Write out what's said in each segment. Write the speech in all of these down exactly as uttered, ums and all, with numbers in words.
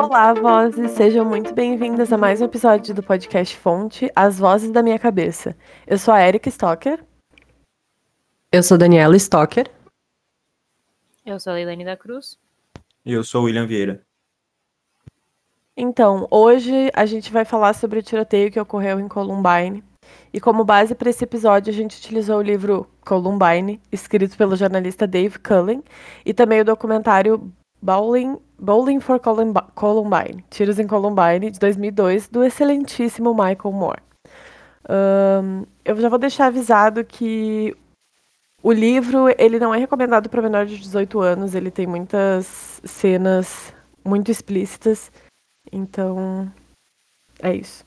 Olá, vozes! Sejam muito bem-vindas a mais um episódio do podcast Fonte, As Vozes da Minha Cabeça. Eu sou a Erika Stocker. Eu sou Daniela Stocker. Eu sou a Leilane da Cruz. E eu sou o William Vieira. Então, hoje a gente vai falar sobre o tiroteio que ocorreu em Columbine. E como base para esse episódio, a gente utilizou o livro Columbine, escrito pelo jornalista Dave Cullen, e também o documentário Bowling, Bowling for Columbine, Tiros em Columbine, de dois mil e dois, do excelentíssimo Michael Moore. Um, eu já vou deixar avisado que o livro ele não é recomendado para menor de dezoito anos, ele tem muitas cenas muito explícitas, então é isso.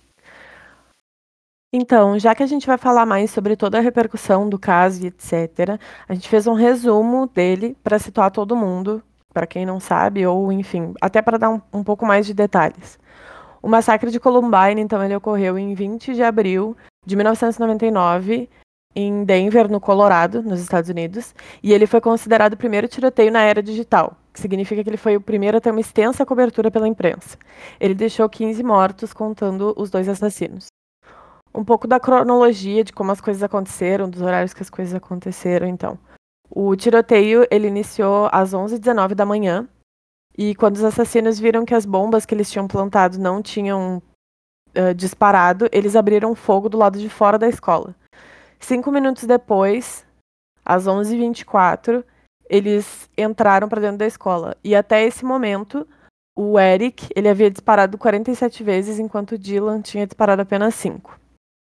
Então, já que a gente vai falar mais sobre toda a repercussão do caso e etcétera, a gente fez um resumo dele para situar todo mundo, para quem não sabe, ou enfim, até para dar um, um pouco mais de detalhes. O massacre de Columbine, então, ele ocorreu em vinte de abril de mil novecentos e noventa e nove, em Denver, no Colorado, nos Estados Unidos, e ele foi considerado o primeiro tiroteio na era digital, que significa que ele foi o primeiro a ter uma extensa cobertura pela imprensa. Ele deixou quinze mortos, contando os dois assassinos. Um pouco da cronologia de como as coisas aconteceram, dos horários que as coisas aconteceram, então. O tiroteio, ele iniciou às onze e dezenove da manhã, e quando os assassinos viram que as bombas que eles tinham plantado não tinham uh, disparado, eles abriram fogo do lado de fora da escola. Cinco minutos depois, às onze e vinte e quatro, eles entraram para dentro da escola. E até esse momento, o Eric, ele havia disparado quarenta e sete vezes, enquanto o Dylan tinha disparado apenas cinco.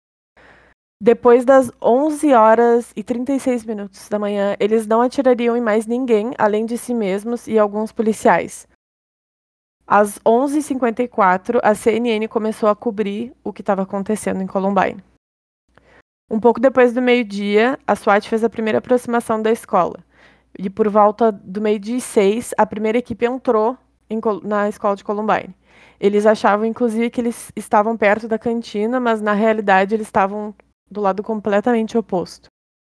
Depois das onze horas e trinta e seis minutos da manhã, eles não atirariam em mais ninguém, além de si mesmos e alguns policiais. Às onze e cinquenta e quatro, a C N N começou a cobrir o que estava acontecendo em Columbine. Um pouco depois do meio-dia, a SWAT fez a primeira aproximação da escola. E por volta do meio-dia e seis, a primeira equipe entrou em, na escola de Columbine. Eles achavam, inclusive, que eles estavam perto da cantina, mas na realidade eles estavam do lado completamente oposto.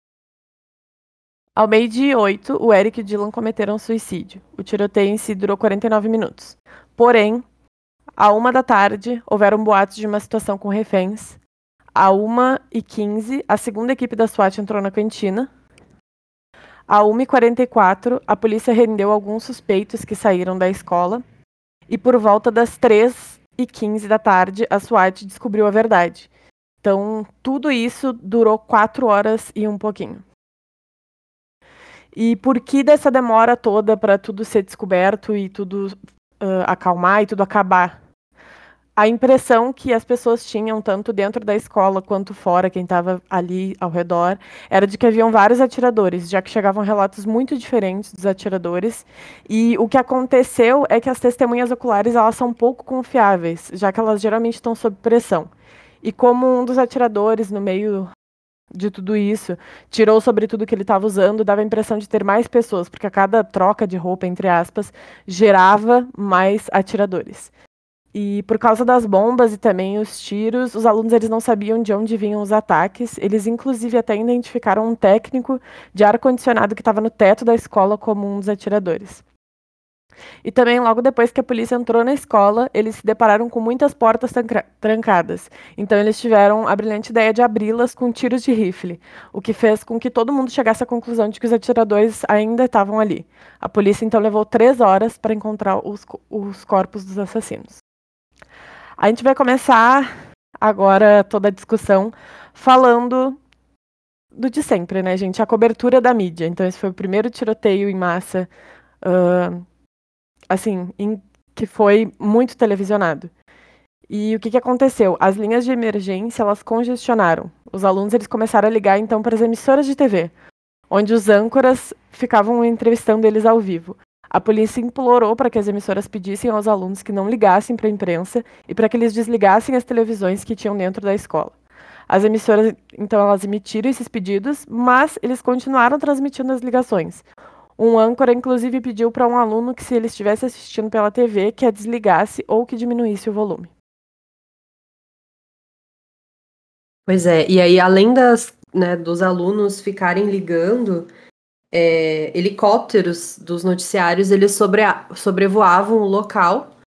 Ao meio-dia e oito, o Eric e o Dylan cometeram suicídio. O tiroteio em si durou quarenta e nove minutos. Porém, à uma da tarde, houveram boatos de uma situação com reféns. À uma e quinze, a segunda equipe da SWAT entrou na cantina. À uma e quarenta e quatro, a polícia rendeu alguns suspeitos que saíram da escola. E por volta das três e quinze da tarde, a SWAT descobriu a verdade. Então, tudo isso durou quatro horas e um pouquinho. E por que dessa demora toda para tudo ser descoberto e tudo uh, acalmar e tudo acabar? A impressão que as pessoas tinham, tanto dentro da escola quanto fora, quem estava ali ao redor, era de que haviam vários atiradores, já que chegavam relatos muito diferentes dos atiradores. E o que aconteceu é que as testemunhas oculares elas são pouco confiáveis, já que elas geralmente estão sob pressão. E como um dos atiradores, no meio de tudo isso, tirou sobre tudo que ele estava usando, dava a impressão de ter mais pessoas, porque a cada troca de roupa, entre aspas, gerava mais atiradores. E por causa das bombas e também os tiros, os alunos eles não sabiam de onde vinham os ataques. Eles, inclusive, até identificaram um técnico de ar-condicionado que estava no teto da escola como um dos atiradores. E também, logo depois que a polícia entrou na escola, eles se depararam com muitas portas trancadas. Então, eles tiveram a brilhante ideia de abri-las com tiros de rifle, o que fez com que todo mundo chegasse à conclusão de que os atiradores ainda estavam ali. A polícia, então, levou três horas para encontrar os, os corpos dos assassinos. A gente vai começar agora toda a discussão falando do de sempre, né, gente? A cobertura da mídia. Então, esse foi o primeiro tiroteio em massa Uh, assim, em, que foi muito televisionado. E o que, que aconteceu? As linhas de emergência, elas congestionaram. Os alunos, eles começaram a ligar, então, para as emissoras de T V, onde os âncoras ficavam entrevistando eles ao vivo. A polícia implorou para que as emissoras pedissem aos alunos que não ligassem para a imprensa e para que eles desligassem as televisões que tinham dentro da escola. As emissoras, então, elas emitiram esses pedidos, mas eles continuaram transmitindo as ligações. Um âncora, inclusive, pediu para um aluno que, se ele estivesse assistindo pela T V, que a desligasse ou que diminuísse o volume. Pois é, e aí, além das, né, dos alunos ficarem ligando, é, helicópteros dos noticiários, eles sobre, sobrevoavam o local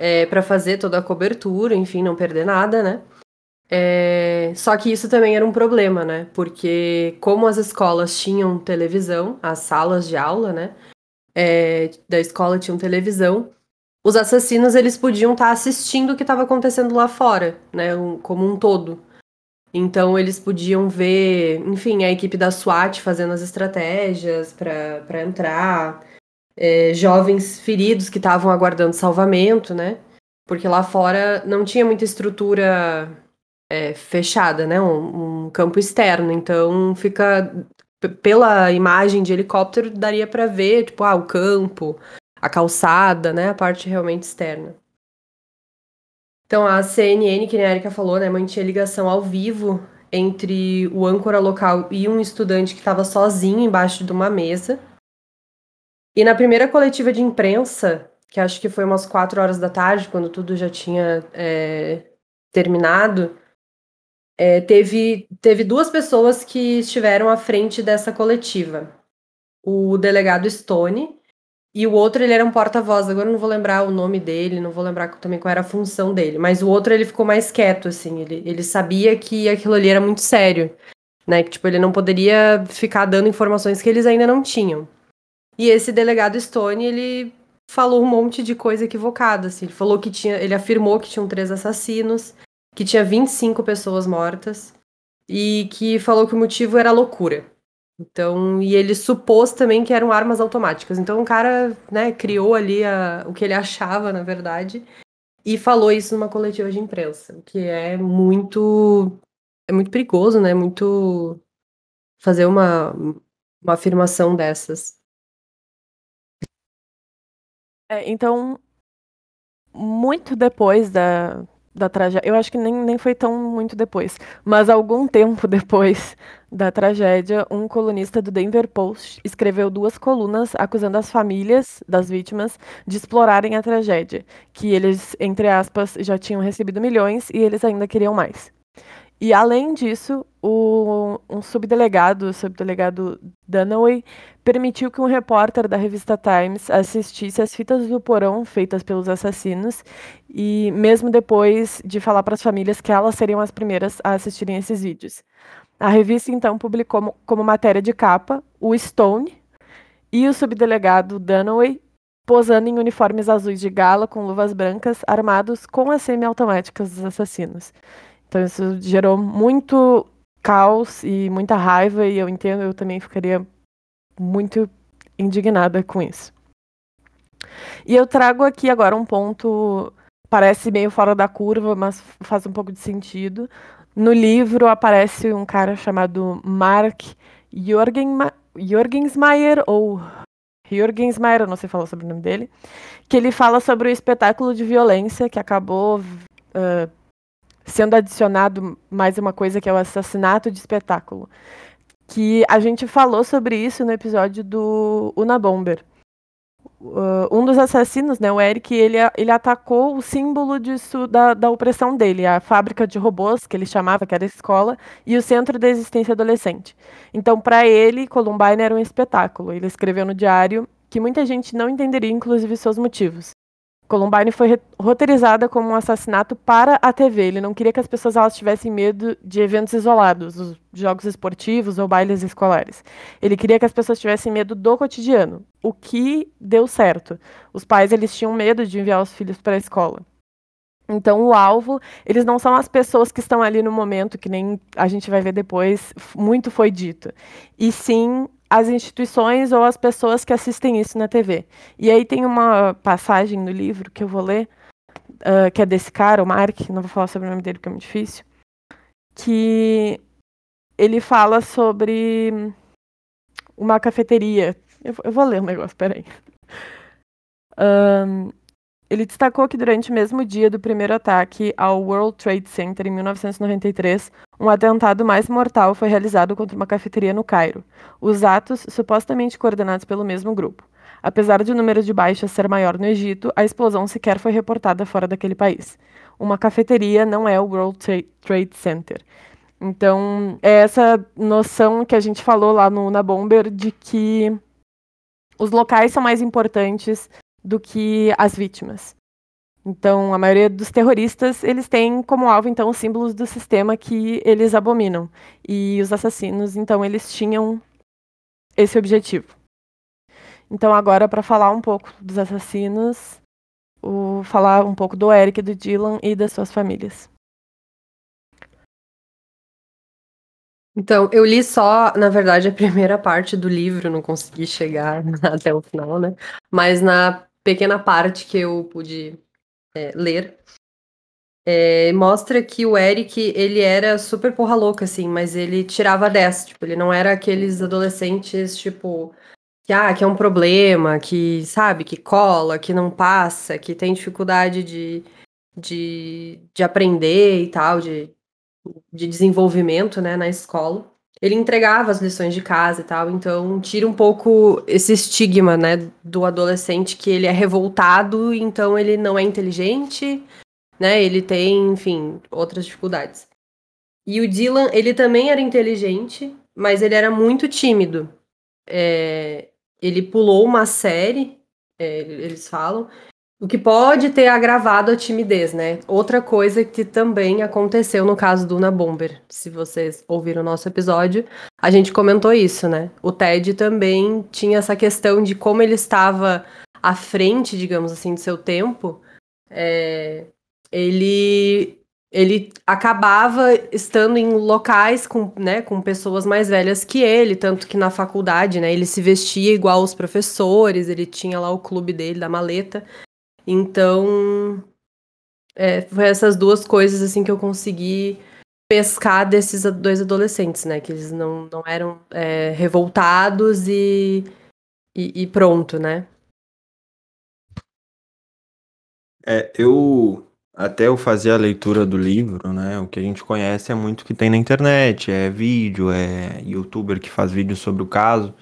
é, para fazer toda a cobertura, enfim, não perder nada, né? É, só que isso também era um problema, né? Porque como as escolas tinham televisão, as salas de aula, né? É, da escola tinham televisão, os assassinos eles podiam estar assistindo o que estava acontecendo lá fora, né? Um, como um todo. Então eles podiam ver, enfim, a equipe da SWAT fazendo as estratégias para entrar, é, jovens feridos que estavam aguardando salvamento, né? Porque lá fora não tinha muita estrutura é, fechada, né? Um, um campo externo. Então fica p- pela imagem de helicóptero daria para ver, tipo, ah, o campo, a calçada, né? A parte realmente externa. Então, a C N N, que nem a Erika falou, né, mantinha ligação ao vivo entre o âncora local e um estudante que estava sozinho embaixo de uma mesa. E na primeira coletiva de imprensa, que acho que foi umas quatro horas da tarde, quando tudo já tinha é, terminado, é, teve, teve duas pessoas que estiveram à frente dessa coletiva. O delegado Stone, e o outro, ele era um porta-voz. Agora eu não vou lembrar o nome dele, não vou lembrar também qual era a função dele. Mas o outro, ele ficou mais quieto, assim. Ele, ele sabia que aquilo ali era muito sério, né? Que, tipo, ele não poderia ficar dando informações que eles ainda não tinham. E esse delegado Stone, ele falou um monte de coisa equivocada, assim. Ele falou que tinha... Ele afirmou que tinham três assassinos, que tinha vinte e cinco pessoas mortas, e que falou que o motivo era loucura. Então, e ele supôs também que eram armas automáticas. Então o cara, né, criou ali a, o que ele achava, na verdade, e falou isso numa coletiva de imprensa, o que é muito é muito perigoso, né? Muito fazer uma, uma afirmação dessas. É, então, muito depois da, da tragédia, eu acho que nem, nem foi tão muito depois, mas algum tempo depois da tragédia, um colunista do Denver Post escreveu duas colunas acusando as famílias das vítimas de explorarem a tragédia, que eles, entre aspas, já tinham recebido milhões e eles ainda queriam mais. E, além disso, o, um subdelegado, o subdelegado Dunaway, permitiu que um repórter da revista Times assistisse às fitas do porão feitas pelos assassinos, e mesmo depois de falar para as famílias que elas seriam as primeiras a assistirem esses vídeos. A revista, então, publicou como, como matéria de capa o Stone e o subdelegado Dunaway posando em uniformes azuis de gala com luvas brancas, armados com as semiautomáticas dos assassinos. Então isso gerou muito caos e muita raiva, e eu entendo, eu também ficaria muito indignada com isso. E eu trago aqui agora um ponto, parece meio fora da curva, mas faz um pouco de sentido. No livro aparece um cara chamado Mark Jorgenma- Jorgensmeyer, ou Jorgensmeyer, eu não sei falar sobre o nome dele, que ele fala sobre o espetáculo de violência que acabou uh, sendo adicionado mais uma coisa, que é o assassinato de espetáculo. Que a gente falou sobre isso no episódio do Unabomber. Uh, um dos assassinos, né, o Eric, ele, ele atacou o símbolo disso, da, da opressão dele, a fábrica de robôs, que ele chamava, que era a escola, e o centro da existência adolescente. Então, para ele, Columbine era um espetáculo. Ele escreveu no diário que muita gente não entenderia, inclusive, seus motivos. Columbine foi roteirizada como um assassinato para a T V. Ele não queria que as pessoas elas tivessem medo de eventos isolados, os jogos esportivos ou bailes escolares. Ele queria que as pessoas tivessem medo do cotidiano, o que deu certo. Os pais eles tinham medo de enviar os filhos para a escola. Então, o alvo, eles não são as pessoas que estão ali no momento, que nem a gente vai ver depois, muito foi dito. E sim as instituições ou as pessoas que assistem isso na T V. E aí tem uma passagem no livro que eu vou ler, uh, que é desse cara, o Mark, não vou falar sobre o nome dele porque é muito difícil, que ele fala sobre uma cafeteria. Eu, eu vou ler um negócio, peraí. Um, Ele destacou que durante o mesmo dia do primeiro ataque ao World Trade Center, em mil novecentos e noventa e três, um atentado mais mortal foi realizado contra uma cafeteria no Cairo. Os atos, supostamente coordenados pelo mesmo grupo. Apesar de o número de baixas ser maior no Egito, a explosão sequer foi reportada fora daquele país. Uma cafeteria não é o World Trade Center. Então, é essa noção que a gente falou lá no Unabomber de que os locais são mais importantes do que as vítimas. Então, a maioria dos terroristas, eles têm como alvo, então, os símbolos do sistema que eles abominam. E os assassinos, então, eles tinham esse objetivo. Então, agora, para falar um pouco dos assassinos, o, falar um pouco do Eric, do Dylan e das suas famílias. Então, eu li só, na verdade, a primeira parte do livro, não consegui chegar até o final, né? Mas na pequena parte que eu pude é, ler, é, mostra que o Eric, ele era super porra louca, assim, mas ele tirava dez, tipo, ele não era aqueles adolescentes, tipo, que, ah, que é um problema, que, sabe, que cola, que não passa, que tem dificuldade de, de, de aprender e tal, de, de desenvolvimento, né, na escola. Ele entregava as lições de casa e tal, então tira um pouco esse estigma, né, do adolescente que ele é revoltado, então ele não é inteligente, né, ele tem, enfim, outras dificuldades. E o Dylan, ele também era inteligente, mas ele era muito tímido. É, ele pulou uma série, é, eles falam, o que pode ter agravado a timidez, né? Outra coisa que também aconteceu no caso do Una Bomber. Se vocês ouviram o nosso episódio, a gente comentou isso, né? O Ted também tinha essa questão de como ele estava à frente, digamos assim, do seu tempo. É, ele, ele acabava estando em locais com, né, com pessoas mais velhas que ele, tanto que na faculdade, né, ele se vestia igual os professores, ele tinha lá o clube dele, da maleta. Então, é, foi essas duas coisas assim que eu consegui pescar desses dois adolescentes, né? Que eles não, não eram é, revoltados e, e, e pronto, né? É, eu até eu fazer a leitura do livro, né? O que a gente conhece é muito que tem na internet, é vídeo, é youtuber que faz vídeo sobre o caso.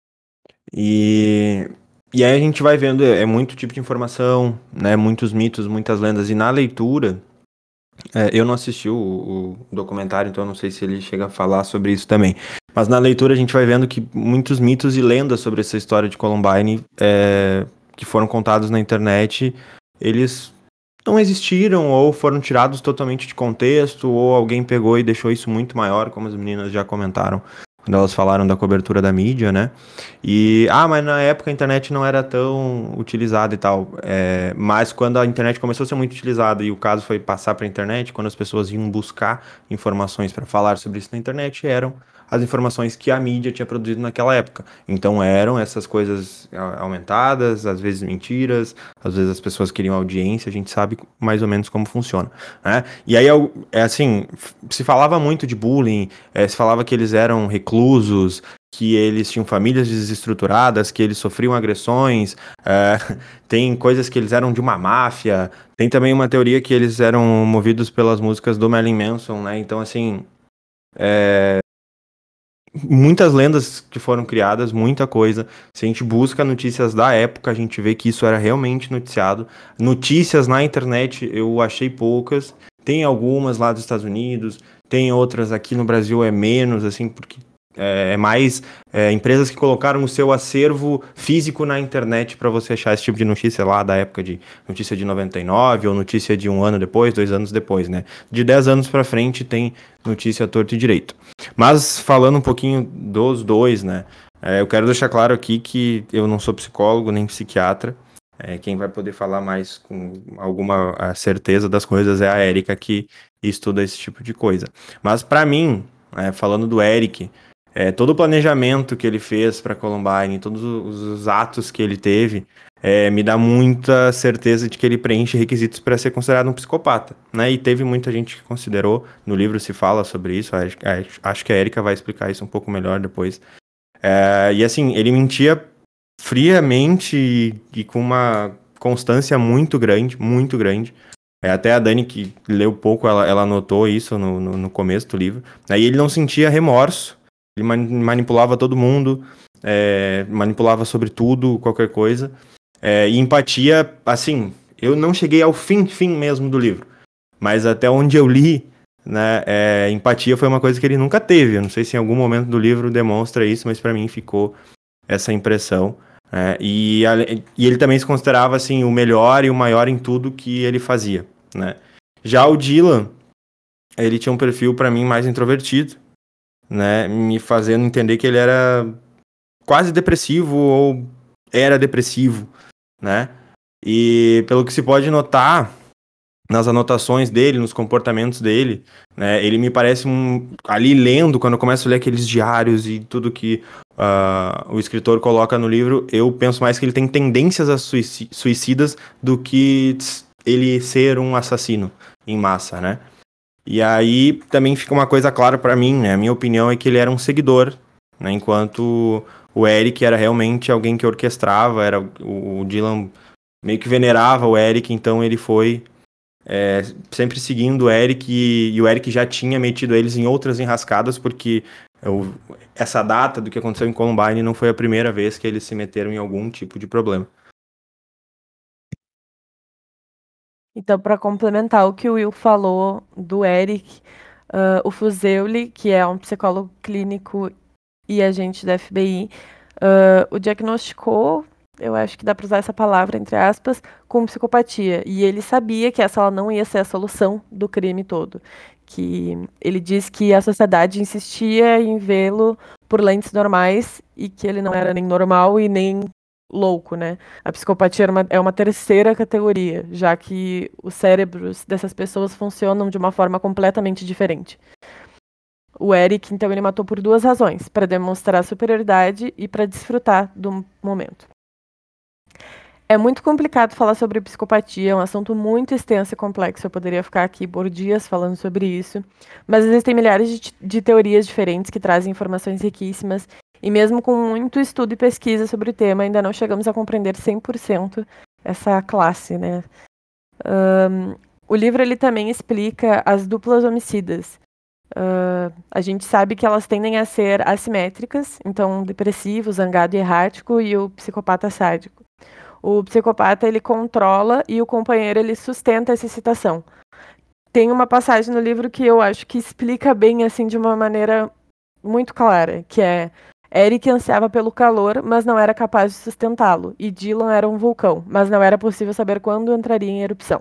E, e aí a gente vai vendo, é, é muito tipo de informação, né? Muitos mitos, muitas lendas. E na leitura, é, eu não assisti o, o documentário, então eu não sei se ele chega a falar sobre isso também. Mas na leitura a gente vai vendo que muitos mitos e lendas sobre essa história de Columbine, é, que foram contados na internet, eles não existiram ou foram tirados totalmente de contexto, ou alguém pegou e deixou isso muito maior, como as meninas já comentaram quando elas falaram da cobertura da mídia, né? E, ah, mas na época a internet não era tão utilizada e tal. É, mas quando a internet começou a ser muito utilizada e o caso foi passar para a internet, quando as pessoas iam buscar informações para falar sobre isso na internet, eram as informações que a mídia tinha produzido naquela época. Então eram essas coisas aumentadas, às vezes mentiras, às vezes as pessoas queriam audiência, a gente sabe mais ou menos como funciona, né? E aí, é assim, se falava muito de bullying, é, se falava que eles eram reclusos, que eles tinham famílias desestruturadas, que eles sofriam agressões, é, tem coisas que eles eram de uma máfia, tem também uma teoria que eles eram movidos pelas músicas do Marilyn Manson, né? Então, assim, é, muitas lendas que foram criadas, muita coisa. Se a gente busca notícias da época, a gente vê que isso era realmente noticiado. Notícias na internet eu achei poucas. Tem algumas lá dos Estados Unidos, tem outras aqui no Brasil é menos, assim, porque é, é mais é, empresas que colocaram o seu acervo físico na internet para você achar esse tipo de notícia lá da época de notícia de noventa e nove ou notícia de um ano depois, dois anos depois, né? De dez anos para frente tem notícia torto e direito. Mas falando um pouquinho dos dois, né? É, eu quero deixar claro aqui que eu não sou psicólogo nem psiquiatra. É, quem vai poder falar mais com alguma certeza das coisas é a Érica, que estuda esse tipo de coisa. Mas para mim, é, falando do Eric, é, todo o planejamento que ele fez para Columbine, todos os, os atos que ele teve, é, me dá muita certeza de que ele preenche requisitos para ser considerado um psicopata, né? E teve muita gente que considerou, no livro se fala sobre isso, acho, acho que a Érica vai explicar isso um pouco melhor depois. É, e assim, ele mentia friamente e, e com uma constância muito grande, muito grande. É, até a Dani, que leu pouco, ela, ela notou isso no, no, no começo do livro. Aí ele não sentia remorso, ele manipulava todo mundo, é, manipulava sobre tudo, qualquer coisa. É, e empatia, assim, eu não cheguei ao fim, fim mesmo do livro. Mas até onde eu li, né, é, empatia foi uma coisa que ele nunca teve. Eu não sei se em algum momento do livro demonstra isso, mas para mim ficou essa impressão. né? E, ale- e ele também se considerava assim, o melhor e o maior em tudo que ele fazia, né? Já o Dylan, ele tinha um perfil para mim mais introvertido, né? Me fazendo entender que ele era quase depressivo ou era depressivo, né? E pelo que se pode notar nas anotações dele, nos comportamentos dele, né? Ele me parece um ali lendo, quando eu começo a ler aqueles diários e tudo que uh, o escritor coloca no livro, eu penso mais que ele tem tendências a suici- suicidas do que ele ser um assassino em massa, né? E aí também fica uma coisa clara pra mim, né? A minha opinião é que ele era um seguidor, né? Enquanto o Eric era realmente alguém que orquestrava, era o, o Dylan meio que venerava o Eric, então ele foi é, sempre seguindo o Eric e, e o Eric já tinha metido eles em outras enrascadas, porque eu, essa data do que aconteceu em Columbine não foi a primeira vez que eles se meteram em algum tipo de problema. Então, para complementar o que o Will falou do Eric, uh, o Fuzeli, que é um psicólogo clínico e agente da F B I, uh, o diagnosticou, eu acho que dá para usar essa palavra, entre aspas, com psicopatia. E ele sabia que essa ela não ia ser a solução do crime todo. Que ele diz que a sociedade insistia em vê-lo por lentes normais e que ele não era nem normal e nem louco, né? A psicopatia é uma, é uma terceira categoria, já que os cérebros dessas pessoas funcionam de uma forma completamente diferente. O Eric, então, ele matou por duas razões: para demonstrar superioridade e para desfrutar do momento. É muito complicado falar sobre psicopatia, é um assunto muito extenso e complexo. Eu poderia ficar aqui por dias falando sobre isso, mas existem milhares de, de teorias diferentes que trazem informações riquíssimas, e mesmo com muito estudo e pesquisa sobre o tema, ainda não chegamos a compreender cem por cento essa classe, né? Um, o livro ele também explica as duplas homicidas. Uh, a gente sabe que elas tendem a ser assimétricas, então depressivo, zangado e errático, e o psicopata sádico. O psicopata ele controla e o companheiro ele sustenta essa excitação. Tem uma passagem no livro que eu acho que explica bem assim de uma maneira muito clara, que é: Eric ansiava pelo calor, mas não era capaz de sustentá-lo, e Dylan era um vulcão, mas não era possível saber quando entraria em erupção.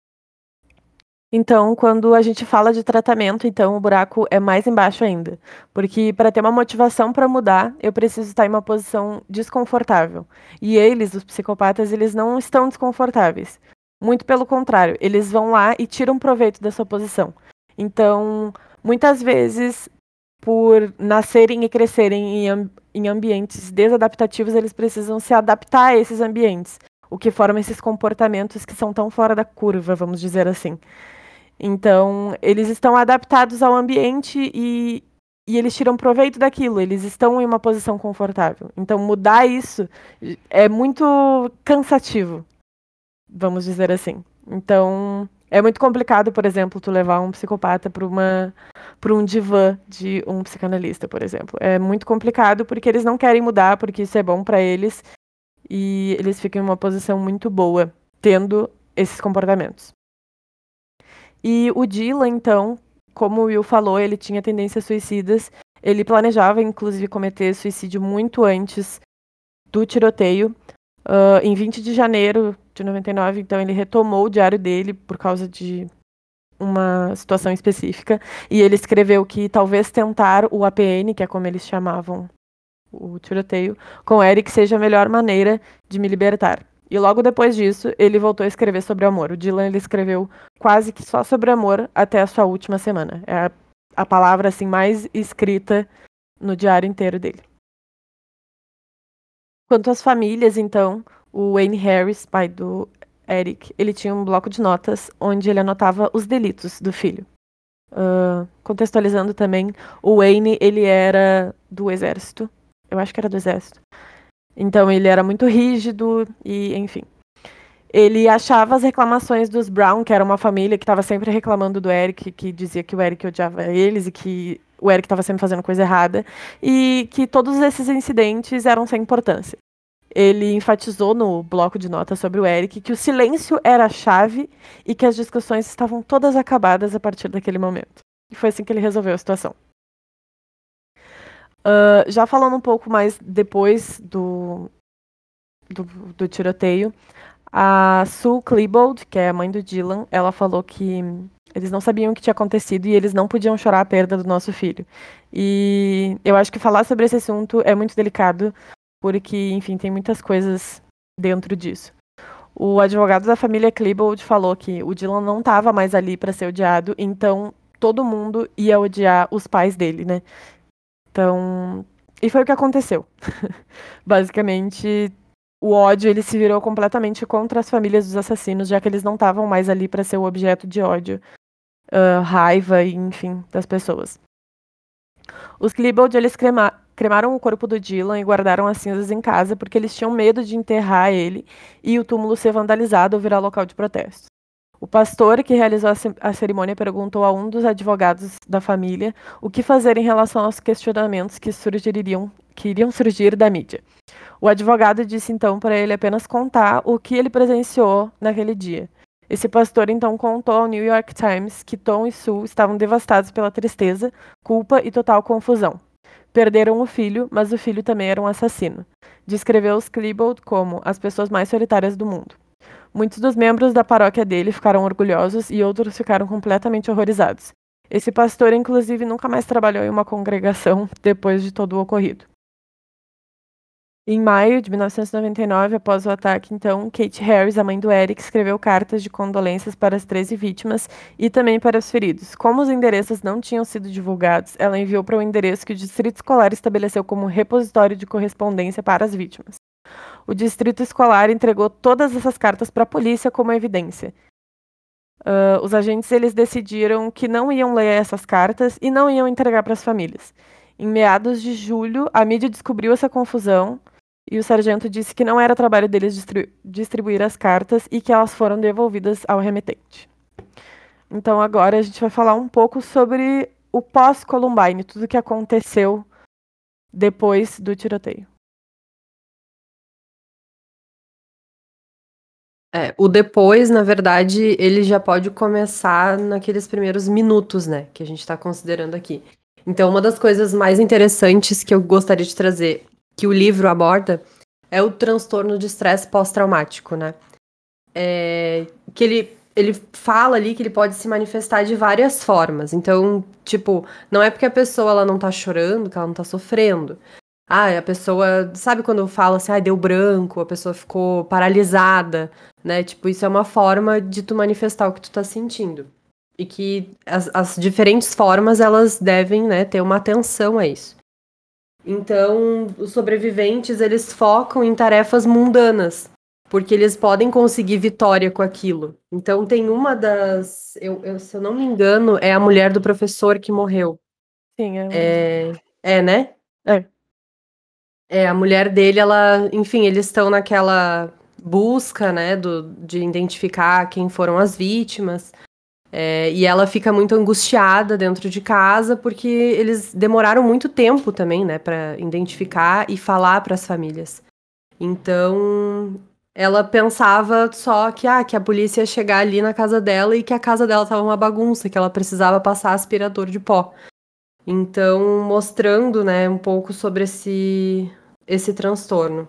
Então, quando a gente fala de tratamento, então o buraco é mais embaixo ainda. Porque para ter uma motivação para mudar, eu preciso estar em uma posição desconfortável. E eles, os psicopatas, eles não estão desconfortáveis. Muito pelo contrário, eles vão lá e tiram proveito da sua posição. Então, muitas vezes, por nascerem e crescerem em, amb em ambientes desadaptativos, eles precisam se adaptar a esses ambientes. O que forma esses comportamentos que são tão fora da curva, vamos dizer assim. Então, eles estão adaptados ao ambiente e, e eles tiram proveito daquilo, eles estão em uma posição confortável. Então, mudar isso é muito cansativo, vamos dizer assim. Então, é muito complicado, por exemplo, tu levar um psicopata para uma para um divã de um psicanalista, por exemplo. É muito complicado porque eles não querem mudar, porque isso é bom para eles e eles ficam em uma posição muito boa tendo esses comportamentos. E o Dylan, então, como o Will falou, ele tinha tendências suicidas. Ele planejava, inclusive, cometer suicídio muito antes do tiroteio. Uh, em vinte de janeiro de noventa e nove, então, ele retomou o diário dele por causa de uma situação específica. E ele escreveu que talvez tentar o A P N, que é como eles chamavam o tiroteio, com Eric seja a melhor maneira de me libertar. E logo depois disso, ele voltou a escrever sobre amor. O Dylan ele escreveu quase que só sobre amor até a sua última semana. É a, a palavra assim mais escrita no diário inteiro dele. Quanto às famílias, então, o Wayne Harris, pai do Eric, ele tinha um bloco de notas onde ele anotava os delitos do filho. Uh, contextualizando também, o Wayne ele era do exército. Eu acho que era do exército. Então ele era muito rígido e, enfim. Ele achava as reclamações dos Brown, que era uma família que estava sempre reclamando do Eric, que dizia que o Eric odiava eles e que o Eric estava sempre fazendo coisa errada, e que todos esses incidentes eram sem importância. Ele enfatizou no bloco de notas sobre o Eric que o silêncio era a chave e que as discussões estavam todas acabadas a partir daquele momento. E foi assim que ele resolveu a situação. Uh, já falando um pouco mais depois do, do, do tiroteio, a Sue Klebold, que é a mãe do Dylan, ela falou que eles não sabiam o que tinha acontecido e eles não podiam chorar a perda do nosso filho. E eu acho que falar sobre esse assunto é muito delicado, porque, enfim, tem muitas coisas dentro disso. O advogado da família Klebold falou que o Dylan não estava mais ali para ser odiado, então todo mundo ia odiar os pais dele, né? Então, e foi o que aconteceu. Basicamente, o ódio ele se virou completamente contra as famílias dos assassinos, já que eles não estavam mais ali para ser o objeto de ódio, uh, raiva e, enfim, das pessoas. Os Klebold, eles crema cremaram o corpo do Dylan e guardaram as cinzas em casa porque eles tinham medo de enterrar ele e o túmulo ser vandalizado ou virar local de protesto. O pastor que realizou a, ce a cerimônia perguntou a um dos advogados da família o que fazer em relação aos questionamentos que surgiriam, que iriam surgir da mídia. O advogado disse então para ele apenas contar o que ele presenciou naquele dia. Esse pastor então contou ao New York Times que Tom e Sue estavam devastados pela tristeza, culpa e total confusão. Perderam o filho, mas o filho também era um assassino. Descreveu os Klebold como as pessoas mais solitárias do mundo. Muitos dos membros da paróquia dele ficaram orgulhosos e outros ficaram completamente horrorizados. Esse pastor, inclusive, nunca mais trabalhou em uma congregação depois de todo o ocorrido. Em maio de mil novecentos e noventa e nove, após o ataque, então, Kate Harris, a mãe do Eric, escreveu cartas de condolências para as treze vítimas e também para os feridos. Como os endereços não tinham sido divulgados, ela enviou para o endereço que o distrito escolar estabeleceu como repositório de correspondência para as vítimas. O distrito escolar entregou todas essas cartas para a polícia como evidência. Uh, os agentes eles decidiram que não iam ler essas cartas e não iam entregar para as famílias. Em meados de julho, a mídia descobriu essa confusão e o sargento disse que não era trabalho deles distribu distribuir as cartas e que elas foram devolvidas ao remetente. Então agora a gente vai falar um pouco sobre o pós-Columbine, tudo o que aconteceu depois do tiroteio. É, o depois, na verdade, ele já pode começar naqueles primeiros minutos, né, que a gente está considerando aqui. Então, uma das coisas mais interessantes que eu gostaria de trazer, que o livro aborda, é o transtorno de estresse pós-traumático, né? É, que ele, ele fala ali que ele pode se manifestar de várias formas. Então, tipo, não é porque a pessoa ela não tá chorando que ela não tá sofrendo. Ah, a pessoa, sabe quando fala assim, ah, deu branco, a pessoa ficou paralisada, né? Tipo, isso é uma forma de tu manifestar o que tu tá sentindo. E que as, as diferentes formas, elas devem, né, ter uma atenção a isso. Então, os sobreviventes, eles focam em tarefas mundanas, porque eles podem conseguir vitória com aquilo. Então, tem uma das... Eu, eu, se eu não me engano, é a mulher do professor que morreu. Sim, é... É, é né? É. É, a mulher dele, ela... Enfim, eles estão naquela busca, né, do, de identificar quem foram as vítimas. É, e ela fica muito angustiada dentro de casa porque eles demoraram muito tempo também, né, para identificar e falar para as famílias. Então, ela pensava só que, ah, que a polícia ia chegar ali na casa dela e que a casa dela estava uma bagunça, que ela precisava passar aspirador de pó. Então, mostrando, né, um pouco sobre esse, esse transtorno.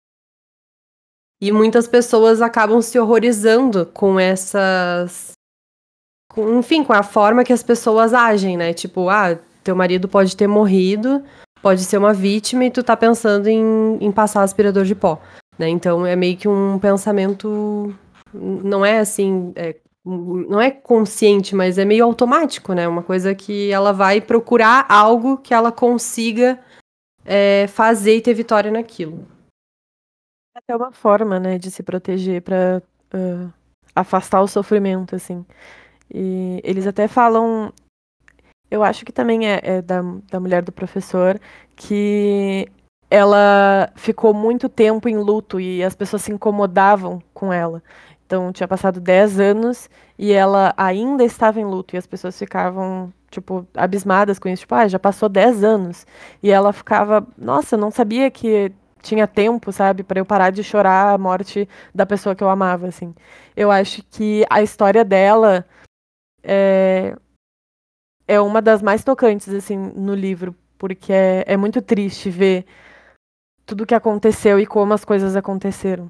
E muitas pessoas acabam se horrorizando com essas... Com, enfim, com a forma que as pessoas agem, né? Tipo, ah, teu marido pode ter morrido, pode ser uma vítima e tu tá pensando em, em passar aspirador de pó, né? Então é meio que um pensamento, não é assim, é, não é consciente, mas é meio automático, né? Uma coisa que ela vai procurar algo que ela consiga é, fazer e ter vitória naquilo. É até uma forma, né, de se proteger para uh, afastar o sofrimento, assim. E eles até falam, eu acho que também é, é da, da mulher do professor, que ela ficou muito tempo em luto e as pessoas se incomodavam com ela. Então, tinha passado dez anos e ela ainda estava em luto e as pessoas ficavam, tipo, abismadas com isso. Tipo, ah, já passou dez anos. E ela ficava, nossa, eu não sabia que tinha tempo, sabe, para eu parar de chorar a morte da pessoa que eu amava, assim. Eu acho que a história dela é, é uma das mais tocantes, assim, no livro, porque é, é muito triste ver tudo que aconteceu e como as coisas aconteceram.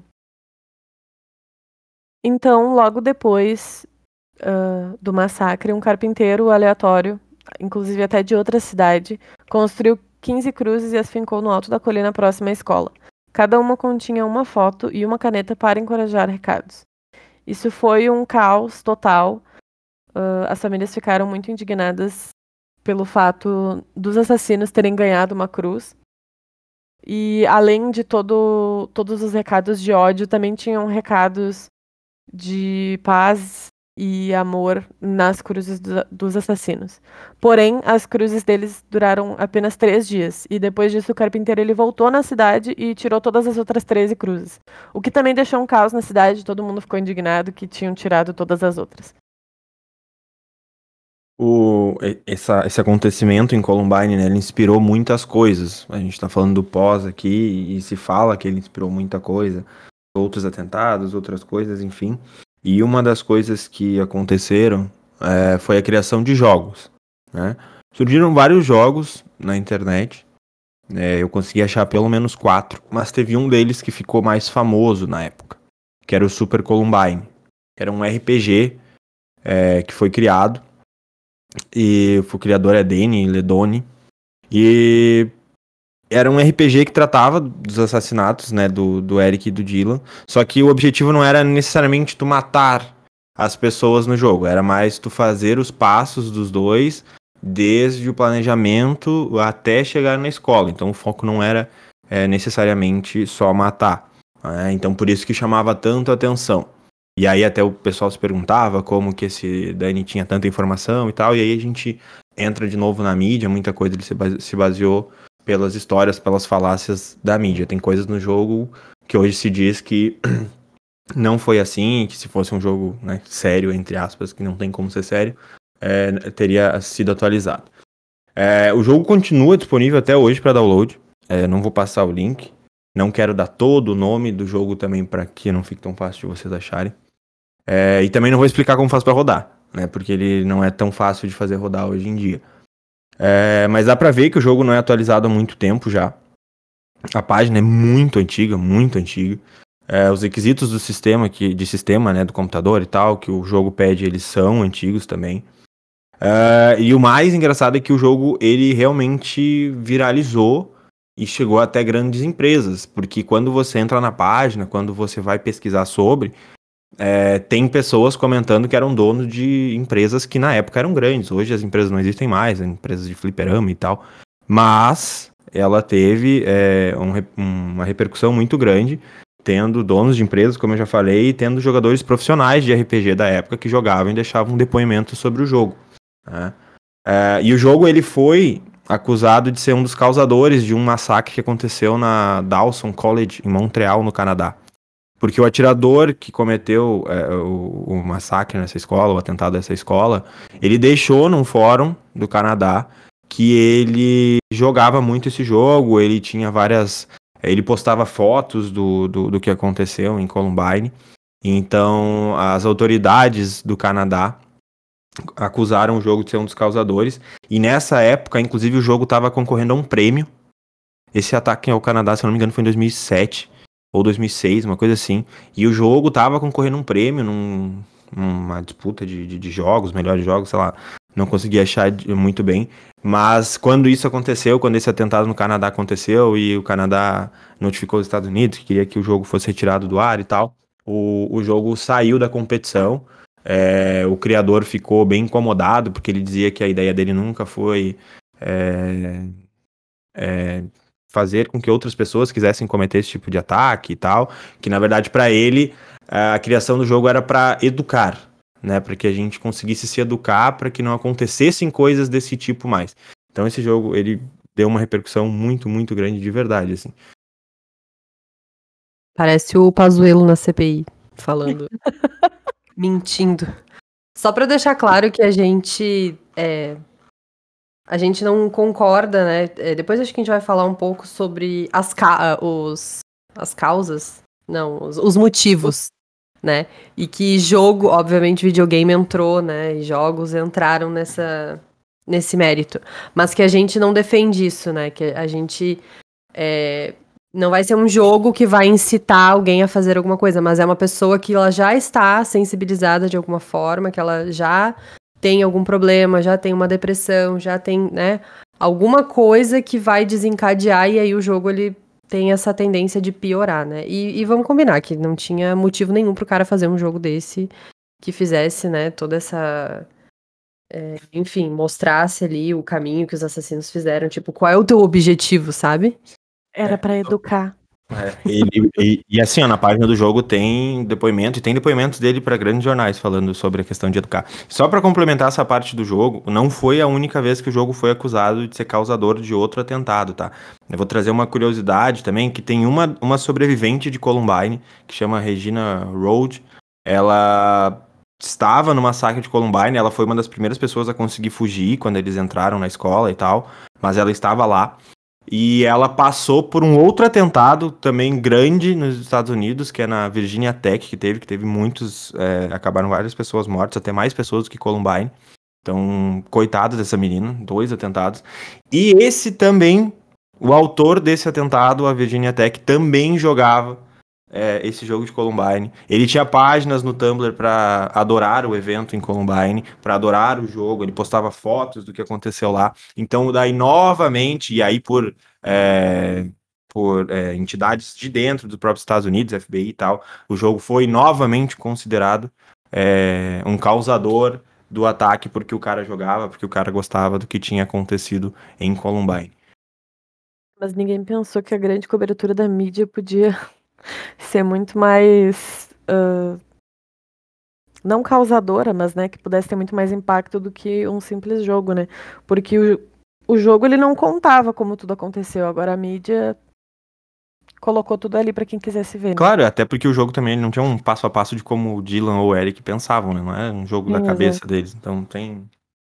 Então, logo depois uh, do massacre, um carpinteiro aleatório, inclusive até de outra cidade, construiu quinze cruzes e as fincou no alto da colina próxima à escola. Cada uma continha uma foto e uma caneta para encorajar recados. Isso foi um caos total. Uh, as famílias ficaram muito indignadas pelo fato dos assassinos terem ganhado uma cruz. E além de todo, todos os recados de ódio, também tinham recados de paz e amor nas cruzes do, dos assassinos. Porém, as cruzes deles duraram apenas três dias. E depois disso, o carpinteiro ele voltou na cidade e tirou todas as outras treze cruzes. O que também deixou um caos na cidade. Todo mundo ficou indignado que tinham tirado todas as outras. O, essa, esse acontecimento em Columbine, né, ele inspirou muitas coisas. A gente tá falando do pós aqui e se fala que ele inspirou muita coisa. Outros atentados, outras coisas, enfim. E uma das coisas que aconteceram é, foi a criação de jogos, né? Surgiram vários jogos na internet. É, eu consegui achar pelo menos quatro, mas teve um deles que ficou mais famoso na época, que era o Super Columbine. Era um R P G é, que foi criado. E o criador é Danny Ledoni. E era um R P G que tratava dos assassinatos, né, do, do Eric e do Dylan. Só que o objetivo não era necessariamente tu matar as pessoas no jogo. Era mais tu fazer os passos dos dois, desde o planejamento até chegar na escola. Então o foco não era é, necessariamente só matar. Né? Então por isso que chamava tanto a atenção. E aí até o pessoal se perguntava como que esse Danny tinha tanta informação e tal. E aí a gente entra de novo na mídia. Muita coisa ele se, base- se baseou pelas histórias, pelas falácias da mídia. Tem coisas no jogo que hoje se diz que não foi assim, que se fosse um jogo, né, sério, entre aspas, que não tem como ser sério, é, teria sido atualizado. É, o jogo continua disponível até hoje para download. É, não vou passar o link. Não quero dar todo o nome do jogo também para que não fique tão fácil de vocês acharem. É, e também não vou explicar como faz para rodar, né, porque ele não é tão fácil de fazer rodar hoje em dia. É, mas dá pra ver que o jogo não é atualizado há muito tempo já. A página é muito antiga, muito antiga. É, os requisitos do sistema, que, de sistema, né, do computador e tal, que o jogo pede, eles são antigos também. É, e o mais engraçado é que o jogo, ele realmente viralizou e chegou até grandes empresas. Porque quando você entra na página, quando você vai pesquisar sobre... É, tem pessoas comentando que eram donos de empresas que na época eram grandes. Hoje as empresas não existem mais, empresas de fliperama e tal. Mas ela teve é, um, uma repercussão muito grande, tendo donos de empresas, como eu já falei, e tendo jogadores profissionais de R P G da época que jogavam e deixavam um depoimento sobre o jogo. Né? É, e o jogo ele foi acusado de ser um dos causadores de um massacre que aconteceu na Dawson College, em Montreal, no Canadá. Porque o atirador que cometeu é, o, o massacre nessa escola, o atentado nessa escola, ele deixou num fórum do Canadá que ele jogava muito esse jogo, ele tinha várias... Ele postava fotos do, do, do que aconteceu em Columbine. Então, as autoridades do Canadá acusaram o jogo de ser um dos causadores. E nessa época, inclusive, o jogo estava concorrendo a um prêmio. Esse ataque ao Canadá, se eu não me engano, foi em dois mil e sete... ou dois mil e seis, uma coisa assim. E o jogo tava concorrendo um prêmio num, numa disputa de, de, de jogos, melhores jogos, sei lá. Não consegui achar muito bem. Mas quando isso aconteceu, quando esse atentado no Canadá aconteceu e o Canadá notificou os Estados Unidos que queria que o jogo fosse retirado do ar e tal, o, o jogo saiu da competição. É, o criador ficou bem incomodado porque ele dizia que a ideia dele nunca foi... É, é, fazer com que outras pessoas quisessem cometer esse tipo de ataque e tal, que na verdade para ele a criação do jogo era para educar, né, para que a gente conseguisse se educar para que não acontecessem coisas desse tipo mais. Então esse jogo ele deu uma repercussão muito, muito grande de verdade, assim. Parece o Pazuello na C P I falando, mentindo. Só para deixar claro que a gente é... A gente não concorda, né? Depois acho que a gente vai falar um pouco sobre as, ca- os, as causas, não, os, os motivos, né? E que jogo, obviamente, videogame entrou, né? E jogos entraram nessa, nesse mérito. Mas que a gente não defende isso, né? Que a gente é, Não vai ser um jogo que vai incitar alguém a fazer alguma coisa, mas é uma pessoa que ela já está sensibilizada de alguma forma, que ela já tem algum problema, já tem uma depressão, já tem, né, alguma coisa que vai desencadear e aí o jogo ele tem essa tendência de piorar, né? E, e vamos combinar que não tinha motivo nenhum pro cara fazer um jogo desse que fizesse, né, toda essa... É, enfim, mostrasse ali o caminho que os assassinos fizeram. Tipo, qual é o teu objetivo, sabe? Era É. pra educar. É, e, e- e, assim, ó, na página do jogo tem depoimento, e tem depoimentos dele para grandes jornais falando sobre a questão de educar. Só para complementar essa parte do jogo, não foi a única vez que o jogo foi acusado de ser causador de outro atentado, tá? Eu vou trazer uma curiosidade também, que tem uma, uma sobrevivente de Columbine, que chama Regina Road. Ela estava no massacre de Columbine, ela foi uma das primeiras pessoas a conseguir fugir quando eles entraram na escola e tal, mas ela estava lá. E ela passou por um outro atentado também grande nos Estados Unidos, que é na Virginia Tech, que teve, que teve muitos, é, acabaram várias pessoas mortas, até mais pessoas do que Columbine. Então, coitada dessa menina, dois atentados. E esse também, o autor desse atentado, a Virginia Tech, também jogava é, esse jogo de Columbine. Ele tinha páginas no Tumblr para adorar o evento em Columbine, para adorar o jogo, ele postava fotos do que aconteceu lá. Então, daí novamente, e aí por, é, por é, entidades de dentro dos próprios Estados Unidos, F B I e tal, o jogo foi novamente considerado é, um causador do ataque porque o cara jogava, porque o cara gostava do que tinha acontecido em Columbine. Mas ninguém pensou que a grande cobertura da mídia podia ser muito mais... Uh, não causadora, mas, né, que pudesse ter muito mais impacto do que um simples jogo, né? Porque o, o jogo, ele não contava como tudo aconteceu. Agora a mídia colocou tudo ali pra quem quisesse ver, né? Claro, até porque o jogo também não tinha um passo a passo de como o Dylan ou o Eric pensavam, né? Não é um jogo da Sim, cabeça exato. deles. Então tem.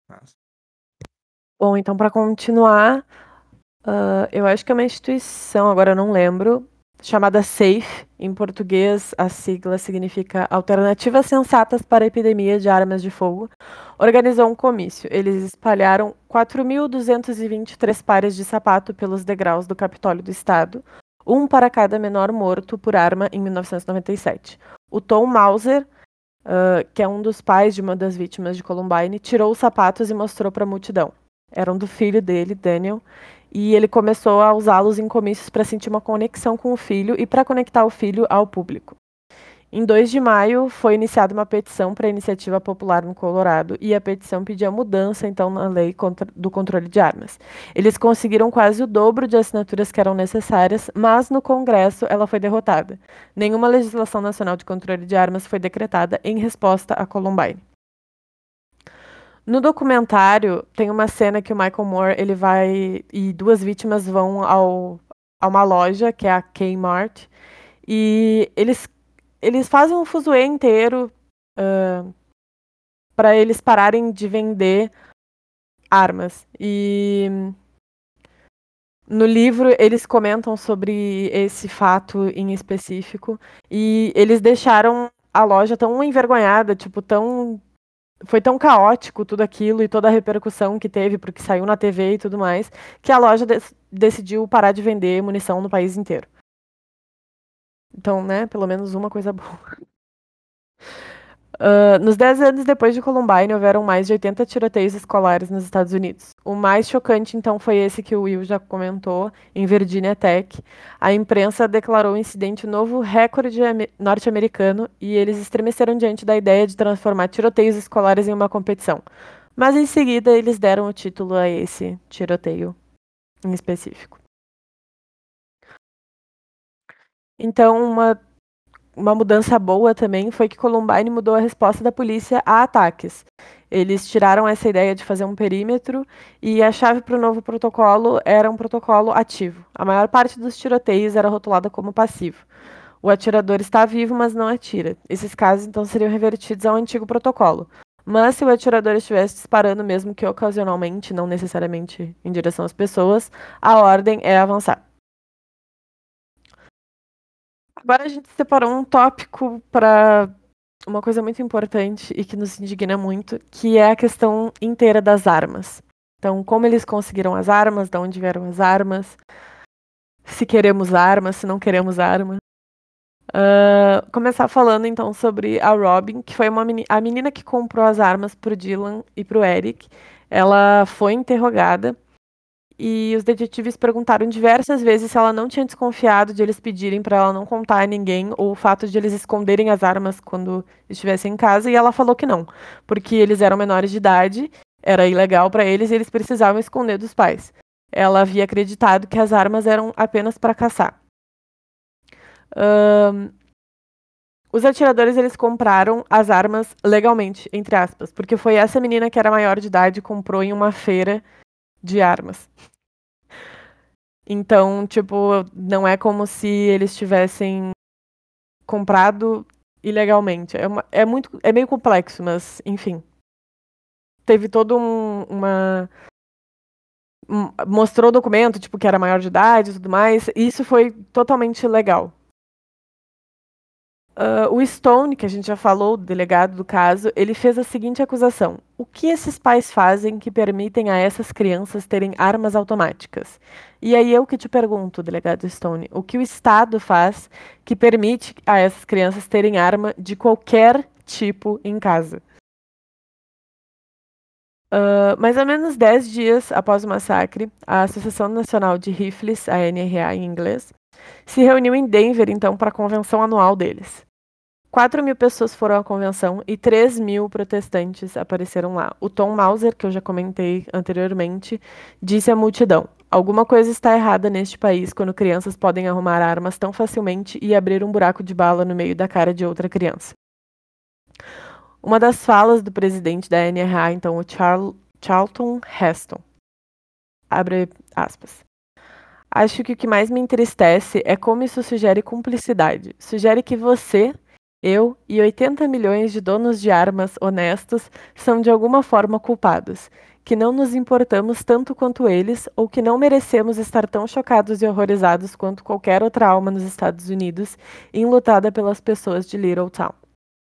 Bom, então pra continuar, uh, eu acho que é uma instituição, agora eu não lembro, chamada SAFE, em português a sigla significa Alternativas Sensatas para a Epidemia de Armas de Fogo, organizou um comício. Eles espalharam quatro mil duzentos e vinte e três pares de sapato pelos degraus do Capitólio do Estado, um para cada menor morto por arma em mil novecentos e noventa e sete. O Tom Mauser, uh, que é um dos pais de uma das vítimas de Columbine, tirou os sapatos e mostrou para a multidão. Eram do filho dele, Daniel, e ele começou a usá-los em comícios para sentir uma conexão com o filho e para conectar o filho ao público. Em dois de maio, foi iniciada uma petição para a iniciativa popular no Colorado, e a petição pedia mudança, então, na lei contra, do controle de armas. Eles conseguiram quase o dobro de assinaturas que eram necessárias, mas no Congresso ela foi derrotada. Nenhuma legislação nacional de controle de armas foi decretada em resposta a Columbine. No documentário, tem uma cena que o Michael Moore, ele vai, e duas vítimas vão ao, a uma loja, que é a Kmart, e eles Eles fazem um fuzuê inteiro uh, para eles pararem de vender armas. E no livro eles comentam sobre esse fato em específico. E eles deixaram a loja tão envergonhada, tipo, tão. Foi tão caótico tudo aquilo e toda a repercussão que teve, porque saiu na T V e tudo mais, que a loja de- decidiu parar de vender munição no país inteiro. Então, né, pelo menos uma coisa boa. Uh, nos dez anos depois de Columbine, houveram mais de oitenta tiroteios escolares nos Estados Unidos. O mais chocante, então, foi esse que o Will já comentou, em Virginia Tech. A imprensa declarou o incidente novo recorde norte-americano e eles estremeceram diante da ideia de transformar tiroteios escolares em uma competição. Mas, em seguida, eles deram o título a esse tiroteio em específico. Então, uma Uma mudança boa também foi que Columbine mudou a resposta da polícia a ataques. Eles tiraram essa ideia de fazer um perímetro e a chave para o novo protocolo era um protocolo ativo. A maior parte dos tiroteios era rotulada como passivo. O atirador está vivo, mas não atira. Esses casos, então, seriam revertidos ao antigo protocolo. Mas se o atirador estivesse disparando, mesmo que ocasionalmente, não necessariamente em direção às pessoas, a ordem é avançar. Agora a gente separou um tópico para uma coisa muito importante e que nos indigna muito, que é a questão inteira das armas. Então, como eles conseguiram as armas, de onde vieram as armas. se queremos armas, se não queremos arma. Uh, começar falando então sobre a Robin, que foi uma meni a menina que comprou as armas pro Dylan e pro Eric. Ela foi interrogada e os detetives perguntaram diversas vezes se ela não tinha desconfiado de eles pedirem para ela não contar a ninguém ou o fato de eles esconderem as armas quando estivessem em casa, e ela falou que não, porque eles eram menores de idade, era ilegal para eles e eles precisavam esconder dos pais. Ela havia acreditado que as armas eram apenas para caçar. Um, os atiradores, eles compraram as armas legalmente, entre aspas, porque foi essa menina que era maior de idade e comprou em uma feira de armas. Então, tipo, não é como se eles tivessem comprado ilegalmente. É, uma, é, muito, é meio complexo, mas, enfim. Teve todo um, uma... Um, mostrou o documento, tipo, que era maior de idade e tudo mais. E isso foi totalmente legal. Uh, o Stone, que a gente já falou, o delegado do caso, ele fez a seguinte acusação: o que esses pais fazem que permitem a essas crianças terem armas automáticas? E aí eu que te pergunto, delegado Stone, o que o Estado faz que permite a essas crianças terem arma de qualquer tipo em casa? Uh, mais ou menos dez dias após o massacre, a Associação Nacional de Rifles, a N R A em inglês, se reuniu em Denver, então, para a convenção anual deles. quatro mil pessoas foram à convenção e três mil protestantes apareceram lá. O Tom Mauser, que eu já comentei anteriormente, disse à multidão: alguma coisa está errada neste país quando crianças podem arrumar armas tão facilmente e abrir um buraco de bala no meio da cara de outra criança. Uma das falas do presidente da N R A, então, o Charl Charlton Heston, abre aspas: acho que o que mais me entristece é como isso sugere cumplicidade. Sugere que você, eu e oitenta milhões de donos de armas honestos são de alguma forma culpados, que não nos importamos tanto quanto eles ou que não merecemos estar tão chocados e horrorizados quanto qualquer outra alma nos Estados Unidos enlutada pelas pessoas de Little Town.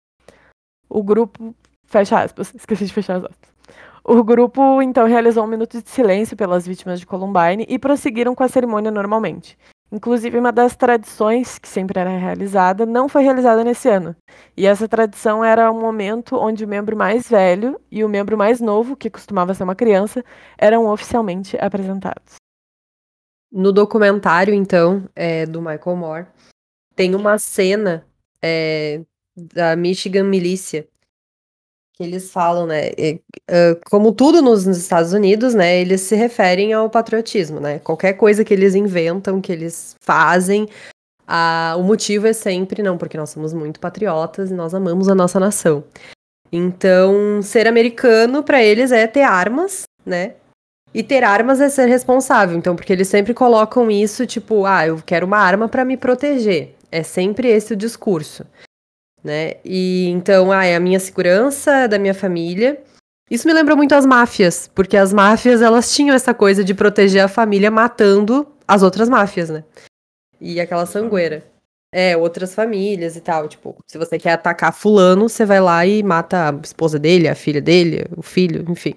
O grupo... Fecha aspas. Esqueci de fechar as aspas. O grupo, então, realizou um minuto de silêncio pelas vítimas de Columbine e prosseguiram com a cerimônia normalmente. Inclusive, uma das tradições que sempre era realizada não foi realizada nesse ano. E essa tradição era um momento onde o membro mais velho e o membro mais novo, que costumava ser uma criança, eram oficialmente apresentados. No documentário, então, é, do Michael Moore, tem uma cena é, da Michigan Milícia, que eles falam, né, é, é, como tudo nos, nos Estados Unidos, né, eles se referem ao patriotismo, né, qualquer coisa que eles inventam, que eles fazem, a, o motivo é sempre, não, porque nós somos muito patriotas e nós amamos a nossa nação. Então, ser americano, para eles, é ter armas, né, e ter armas é ser responsável, então, porque eles sempre colocam isso, tipo, ah, eu quero uma arma para me proteger. É sempre esse o discurso, né? E então, ah, é a minha segurança, da minha família. Isso me lembrou muito as máfias, porque as máfias, elas tinham essa coisa de proteger a família matando as outras máfias, né? E aquela sangueira. É, outras famílias e tal, tipo, se você quer atacar fulano, você vai lá e mata a esposa dele, a filha dele, o filho, enfim.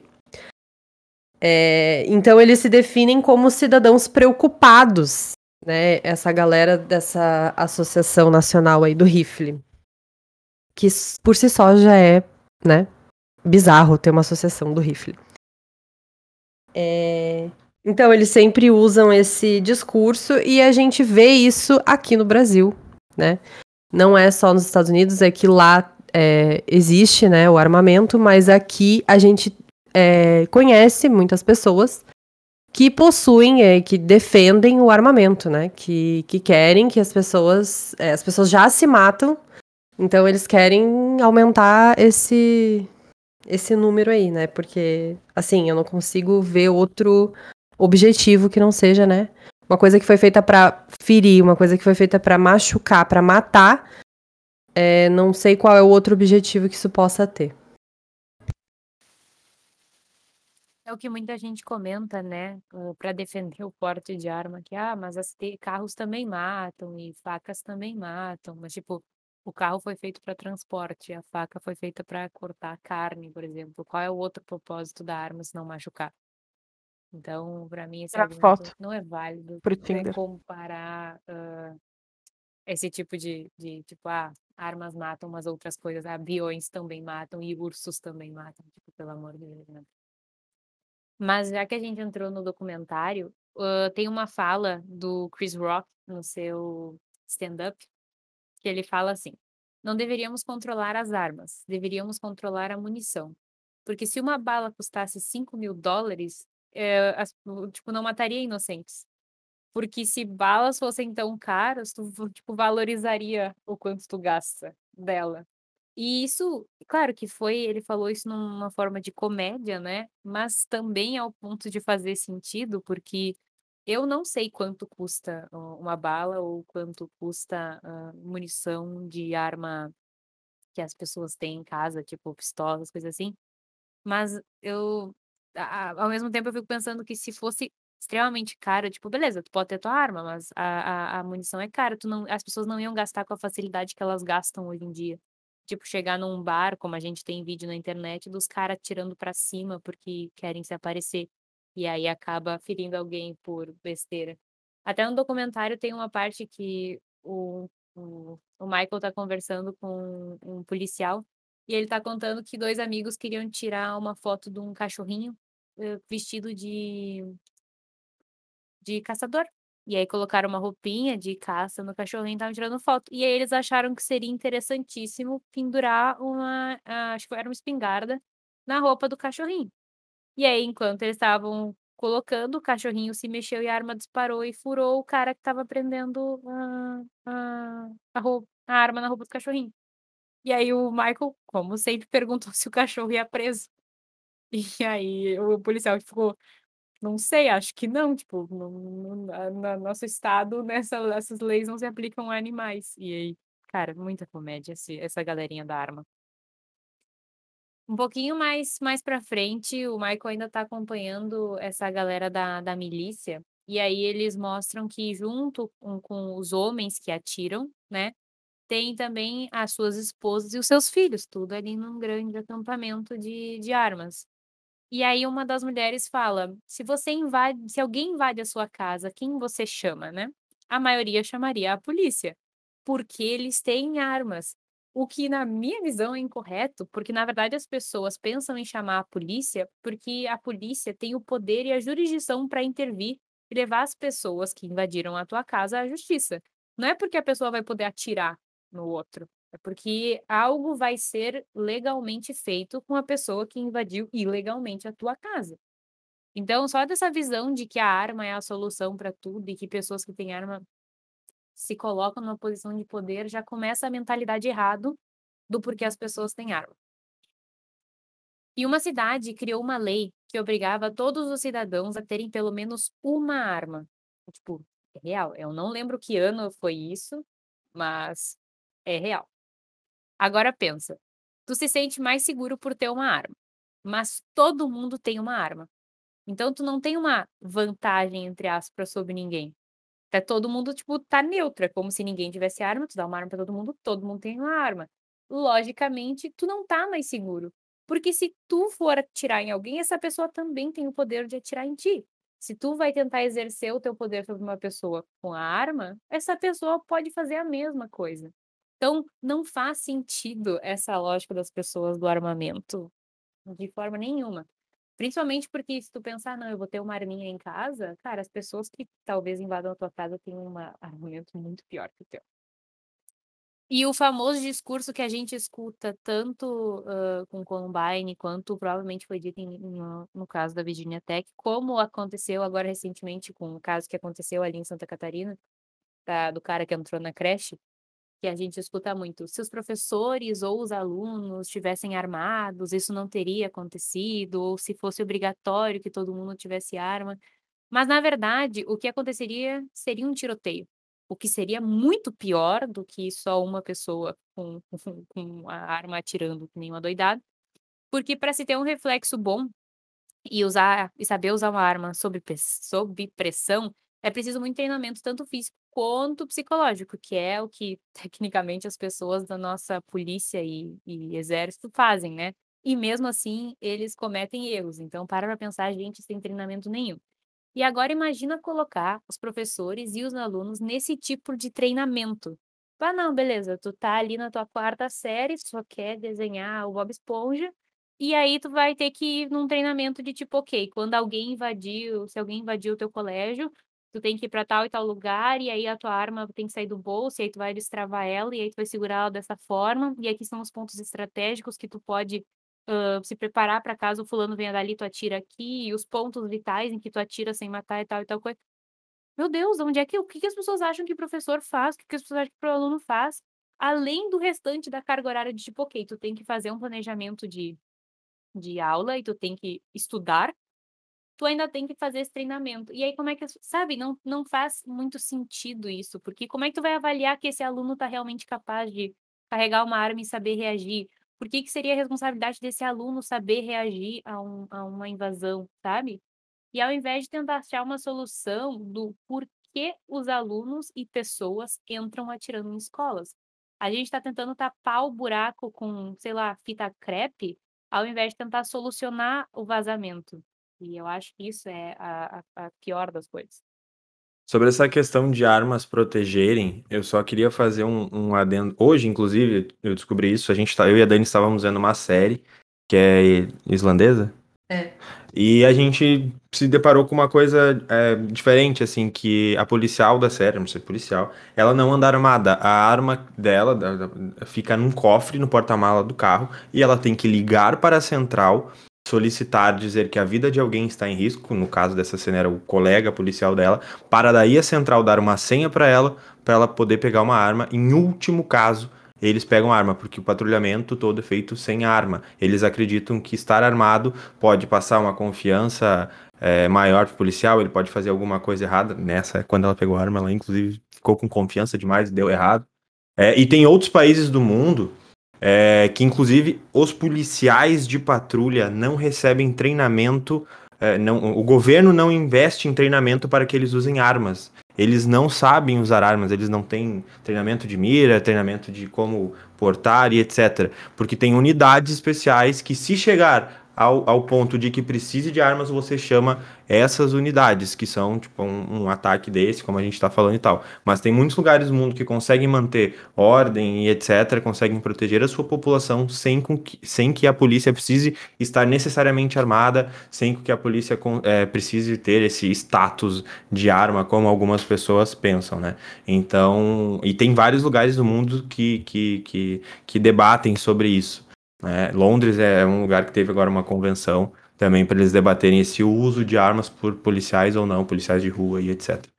É, então eles se definem como cidadãos preocupados, né? Essa galera dessa Associação Nacional aí do Rifle. Que por si só já é, né, bizarro ter uma associação do Rifle. É, então eles sempre usam esse discurso e a gente vê isso aqui no Brasil, né? Não é só nos Estados Unidos, é que lá é, existe, né, o armamento, mas aqui a gente é, conhece muitas pessoas que possuem, é, que defendem o armamento, né? Que, que querem que as pessoas... É, as pessoas já se matam, então eles querem aumentar esse, esse número aí, né? Porque, assim, eu não consigo ver outro objetivo que não seja, né? Uma coisa que foi feita pra ferir, uma coisa que foi feita pra machucar, pra matar, é, não sei qual é o outro objetivo que isso possa ter. É o que muita gente comenta, né, para defender o porte de arma, que, ah, mas as te- carros também matam e facas também matam, mas, tipo, o carro foi feito para transporte, a faca foi feita para cortar carne, por exemplo. Qual é o outro propósito da arma se não machucar? Então, para mim, esse Tirar argumento foto não é válido, pro né, Tinder. comparar ah, esse tipo de, de, tipo, ah, armas matam, mas outras coisas, aviões também matam e ursos também matam, tipo, pelo amor de Deus, né? Mas já que a gente entrou no documentário, ah, tem uma fala do Chris Rock no seu stand-up, que ele fala assim: não deveríamos controlar as armas, deveríamos controlar a munição. Porque se uma bala custasse cinco mil dólares, é, as- o- tipo, não mataria inocentes. Porque se balas fossem tão caras, tu, tipo, valorizaria o quanto tu gasta dela. E isso, claro que foi, ele falou isso numa forma de comédia, né? Mas também ao ponto de fazer sentido, porque eu não sei quanto custa ó, uma bala ou quanto custa ah, munição de arma que as pessoas têm em casa, tipo pistolas, coisas assim. Mas eu, a- a- ao mesmo tempo, eu fico pensando que se fosse extremamente caro, tipo, beleza, tu pode ter tua arma, mas a, a, a munição é cara, tu não, as pessoas não iam gastar com a facilidade que elas gastam hoje em dia. Tipo, chegar num bar, como a gente tem vídeo na internet, dos caras tirando pra cima porque querem se aparecer. E aí acaba ferindo alguém por besteira. Até no documentário tem uma parte que o, o, o Michael tá conversando com um policial e ele tá contando que dois amigos queriam tirar uma foto de um cachorrinho eh, vestido de, de caçador. E aí colocaram uma roupinha de caça no cachorrinho e estavam tirando foto. E aí eles acharam que seria interessantíssimo pendurar uma, ah, acho que era uma espingarda, na roupa do cachorrinho. E aí, enquanto eles estavam colocando, o cachorrinho se mexeu e a arma disparou e furou o cara que estava prendendo a, a, a, roupa, a arma na roupa do cachorrinho. E aí o Michael, como sempre, perguntou se o cachorro ia preso. E aí o policial ficou, não sei, acho que não, tipo, no, no, na, na- nosso estado, nessa, essas leis não se aplicam a animais. E aí, cara, muita comédia esse, essa galerinha da arma. Um pouquinho mais, mais pra frente, o Michael ainda tá acompanhando essa galera da, da milícia. E aí eles mostram que junto com, com os homens que atiram, né? Tem também as suas esposas e os seus filhos, tudo ali num grande acampamento de, de armas. E aí uma das mulheres fala: se você invade, se alguém invade a sua casa, quem você chama, né? A maioria chamaria a polícia, porque eles têm armas. O que, na minha visão, é incorreto, porque na verdade as pessoas pensam em chamar a polícia porque a polícia tem o poder e a jurisdição para intervir e levar as pessoas que invadiram a tua casa à justiça. Não é porque a pessoa vai poder atirar no outro. É porque algo vai ser legalmente feito com a pessoa que invadiu ilegalmente a tua casa. Então, só dessa visão de que a arma é a solução para tudo e que pessoas que têm arma se colocam numa posição de poder, já começa a mentalidade errado do porquê as pessoas têm arma. E uma cidade criou uma lei que obrigava todos os cidadãos a terem pelo menos uma arma. Tipo, é real. Eu não lembro que ano foi isso, mas é real. Agora pensa, tu se sente mais seguro por ter uma arma, mas todo mundo tem uma arma. Então tu não tem uma vantagem, entre aspas, sobre ninguém. Tá todo mundo, tipo, tá neutra, como se ninguém tivesse arma, tu dá uma arma pra todo mundo, todo mundo tem uma arma. Logicamente, tu não tá mais seguro. Porque se tu for atirar em alguém, essa pessoa também tem o poder de atirar em ti. Se tu vai tentar exercer o teu poder sobre uma pessoa com a arma, essa pessoa pode fazer a mesma coisa. Então, não faz sentido essa lógica das pessoas do armamento, de forma nenhuma. Principalmente porque se tu pensar, não, eu vou ter uma arminha em casa, cara, as pessoas que talvez invadam a tua casa têm um armamento muito pior que o teu. E o famoso discurso que a gente escuta tanto ah, com Columbine, quanto provavelmente foi dito em- no, no caso da Virginia Tech, como aconteceu agora recentemente com o caso que aconteceu ali em Santa Catarina, da- do cara que entrou na creche, que a gente escuta muito. Se os professores ou os alunos estivessem armados, isso não teria acontecido, ou se fosse obrigatório que todo mundo tivesse arma. Mas, na verdade, o que aconteceria seria um tiroteio. O que seria muito pior do que só uma pessoa com, com, com a arma atirando que nem uma doidada. Porque para se ter um reflexo bom e usar e saber usar uma arma sob, pres- sob pressão, é preciso muito treinamento, tanto físico quanto psicológico, que é o que tecnicamente as pessoas da nossa polícia e, e exército fazem, né? e mesmo assim eles cometem erros. Então, para pra pensar, gente, sem treinamento nenhum. E agora imagina colocar os professores e os alunos nesse tipo de treinamento. Ah, não, beleza, tu tá ali na tua quarta série, só quer desenhar o Bob Esponja, e aí tu vai ter que ir num treinamento de tipo, ok, quando alguém invadiu, se alguém invadiu o teu colégio, tu tem que ir pra tal e tal lugar, e aí a tua arma tem que sair do bolso, e aí tu vai destravar ela, e aí tu vai segurar ela dessa forma, e aqui são os pontos estratégicos que tu pode ah, se preparar para caso o fulano venha dali, tu atira aqui, e os pontos vitais em que tu atira sem matar e tal e tal coisa. Meu Deus, onde é que o que que as pessoas acham que o professor faz? O que que as pessoas acham que o aluno faz? Além do restante da carga horária de tipo, ok, tu tem que fazer um planejamento de, de aula e tu tem que estudar, tu ainda tem que fazer esse treinamento. E aí, como é que, as- sabe, não, não faz muito sentido isso, porque como é que tu vai avaliar que esse aluno tá realmente capaz de carregar uma arma e saber reagir? Por que que seria a responsabilidade desse aluno saber reagir a, um, a uma invasão, sabe? E ao invés de tentar achar uma solução do porquê os alunos e pessoas entram atirando em escolas, a gente está tentando tapar o buraco com, sei lá, fita crepe, ao invés de tentar solucionar o vazamento. E eu acho que isso é a, a, a pior das coisas. Sobre essa questão de armas protegerem, eu só queria fazer um, um adendo. Hoje, inclusive, eu descobri isso. A gente tá, eu e a Dani estávamos vendo uma série que é islandesa. É. E a gente se deparou com uma coisa é, diferente, assim, que a policial da série, não sei, policial, ela não anda armada. A arma dela da- da- fica num cofre no porta-mala do carro e ela tem que ligar para a central, solicitar, dizer que a vida de alguém está em risco, no caso dessa cena era o colega policial dela, para daí a central dar uma senha para ela, para ela poder pegar uma arma. Em último caso, eles pegam arma, porque o patrulhamento todo é feito sem arma. Eles acreditam que estar armado pode passar uma confiança é, maior pro policial, ele pode fazer alguma coisa errada. Nessa, quando ela pegou a arma, ela inclusive ficou com confiança demais e deu errado. É, e tem outros países do mundo é, que, inclusive, os policiais de patrulha não recebem treinamento. É, não, o governo não investe em treinamento para que eles usem armas. Eles não sabem usar armas, eles não têm treinamento de mira, treinamento de como portar e etcétera. Porque tem unidades especiais que, se chegar ao, ao ponto de que precise de armas, você chama essas unidades, que são tipo um, um ataque desse, como a gente está falando e tal. Mas tem muitos lugares do mundo que conseguem manter ordem e etcétera, conseguem proteger a sua população sem, com que, sem que a polícia precise estar necessariamente armada, sem que a polícia é, precise ter esse status de arma, como algumas pessoas pensam, né? Então, e tem vários lugares do mundo que, que, que, que debatem sobre isso, né? Londres é um lugar que teve agora uma convenção também para eles debaterem esse uso de armas por policiais ou não, policiais de rua e etcétera.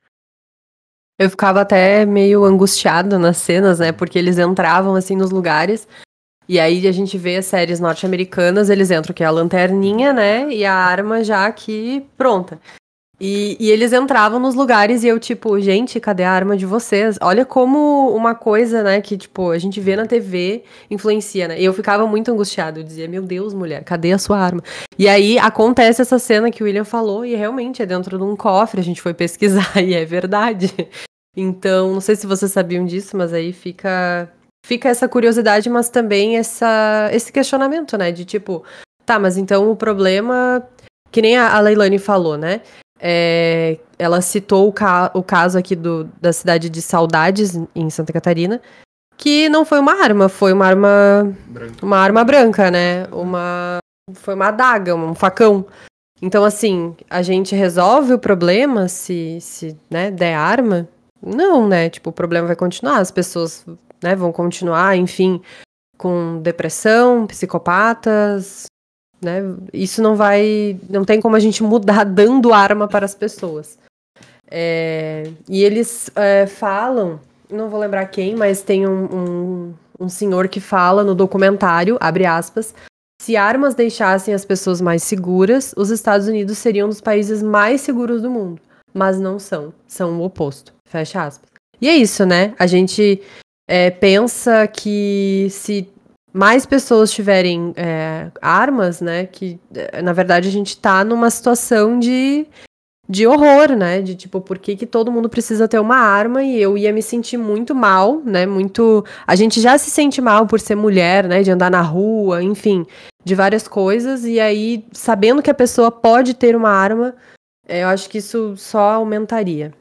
Eu ficava até meio angustiado nas cenas, né? Porque eles entravam assim nos lugares. E aí a gente vê as séries norte-americanas, eles entram que é a lanterninha, né? E a arma já aqui pronta. E, e eles entravam nos lugares e eu, tipo, gente, cadê a arma de vocês? Olha como uma coisa, né, que, tipo, a gente vê na T V influencia, né? E eu ficava muito angustiado. Eu dizia, meu Deus, mulher, cadê a sua arma? E aí acontece essa cena que o William falou e realmente é dentro de um cofre. A gente foi pesquisar e é verdade. Então, não sei se vocês sabiam disso, mas aí fica, fica essa curiosidade, mas também essa, esse questionamento, né? De tipo, tá, mas então o problema, que nem a, a Leilani falou, né? É, ela citou o, ca o caso aqui do, da cidade de Saudades, em Santa Catarina, que não foi uma arma, foi uma arma branca, uma arma branca, né? Uma, foi uma adaga, um facão. Então, assim, a gente resolve o problema se, se né, der arma? Não, né? Tipo, o problema vai continuar, as pessoas, né, vão continuar, enfim, com depressão, psicopatas, né? Isso não vai, não tem como a gente mudar dando arma para as pessoas. É, e eles é, falam, não vou lembrar quem, mas tem um, um, um senhor que fala no documentário, abre aspas, se armas deixassem as pessoas mais seguras, os Estados Unidos seriam um dos países mais seguros do mundo. Mas não são, são o oposto, fecha aspas. E é isso, né? A gente é, pensa que se mais pessoas tiverem é, armas, né, que na verdade a gente tá numa situação de de horror, né? De tipo, por que que todo mundo precisa ter uma arma? E eu ia me sentir muito mal, né? Muito. A gente já se sente mal por ser mulher, né? De andar na rua, enfim, de várias coisas. E aí, sabendo que a pessoa pode ter uma arma, eu acho que isso só aumentaria.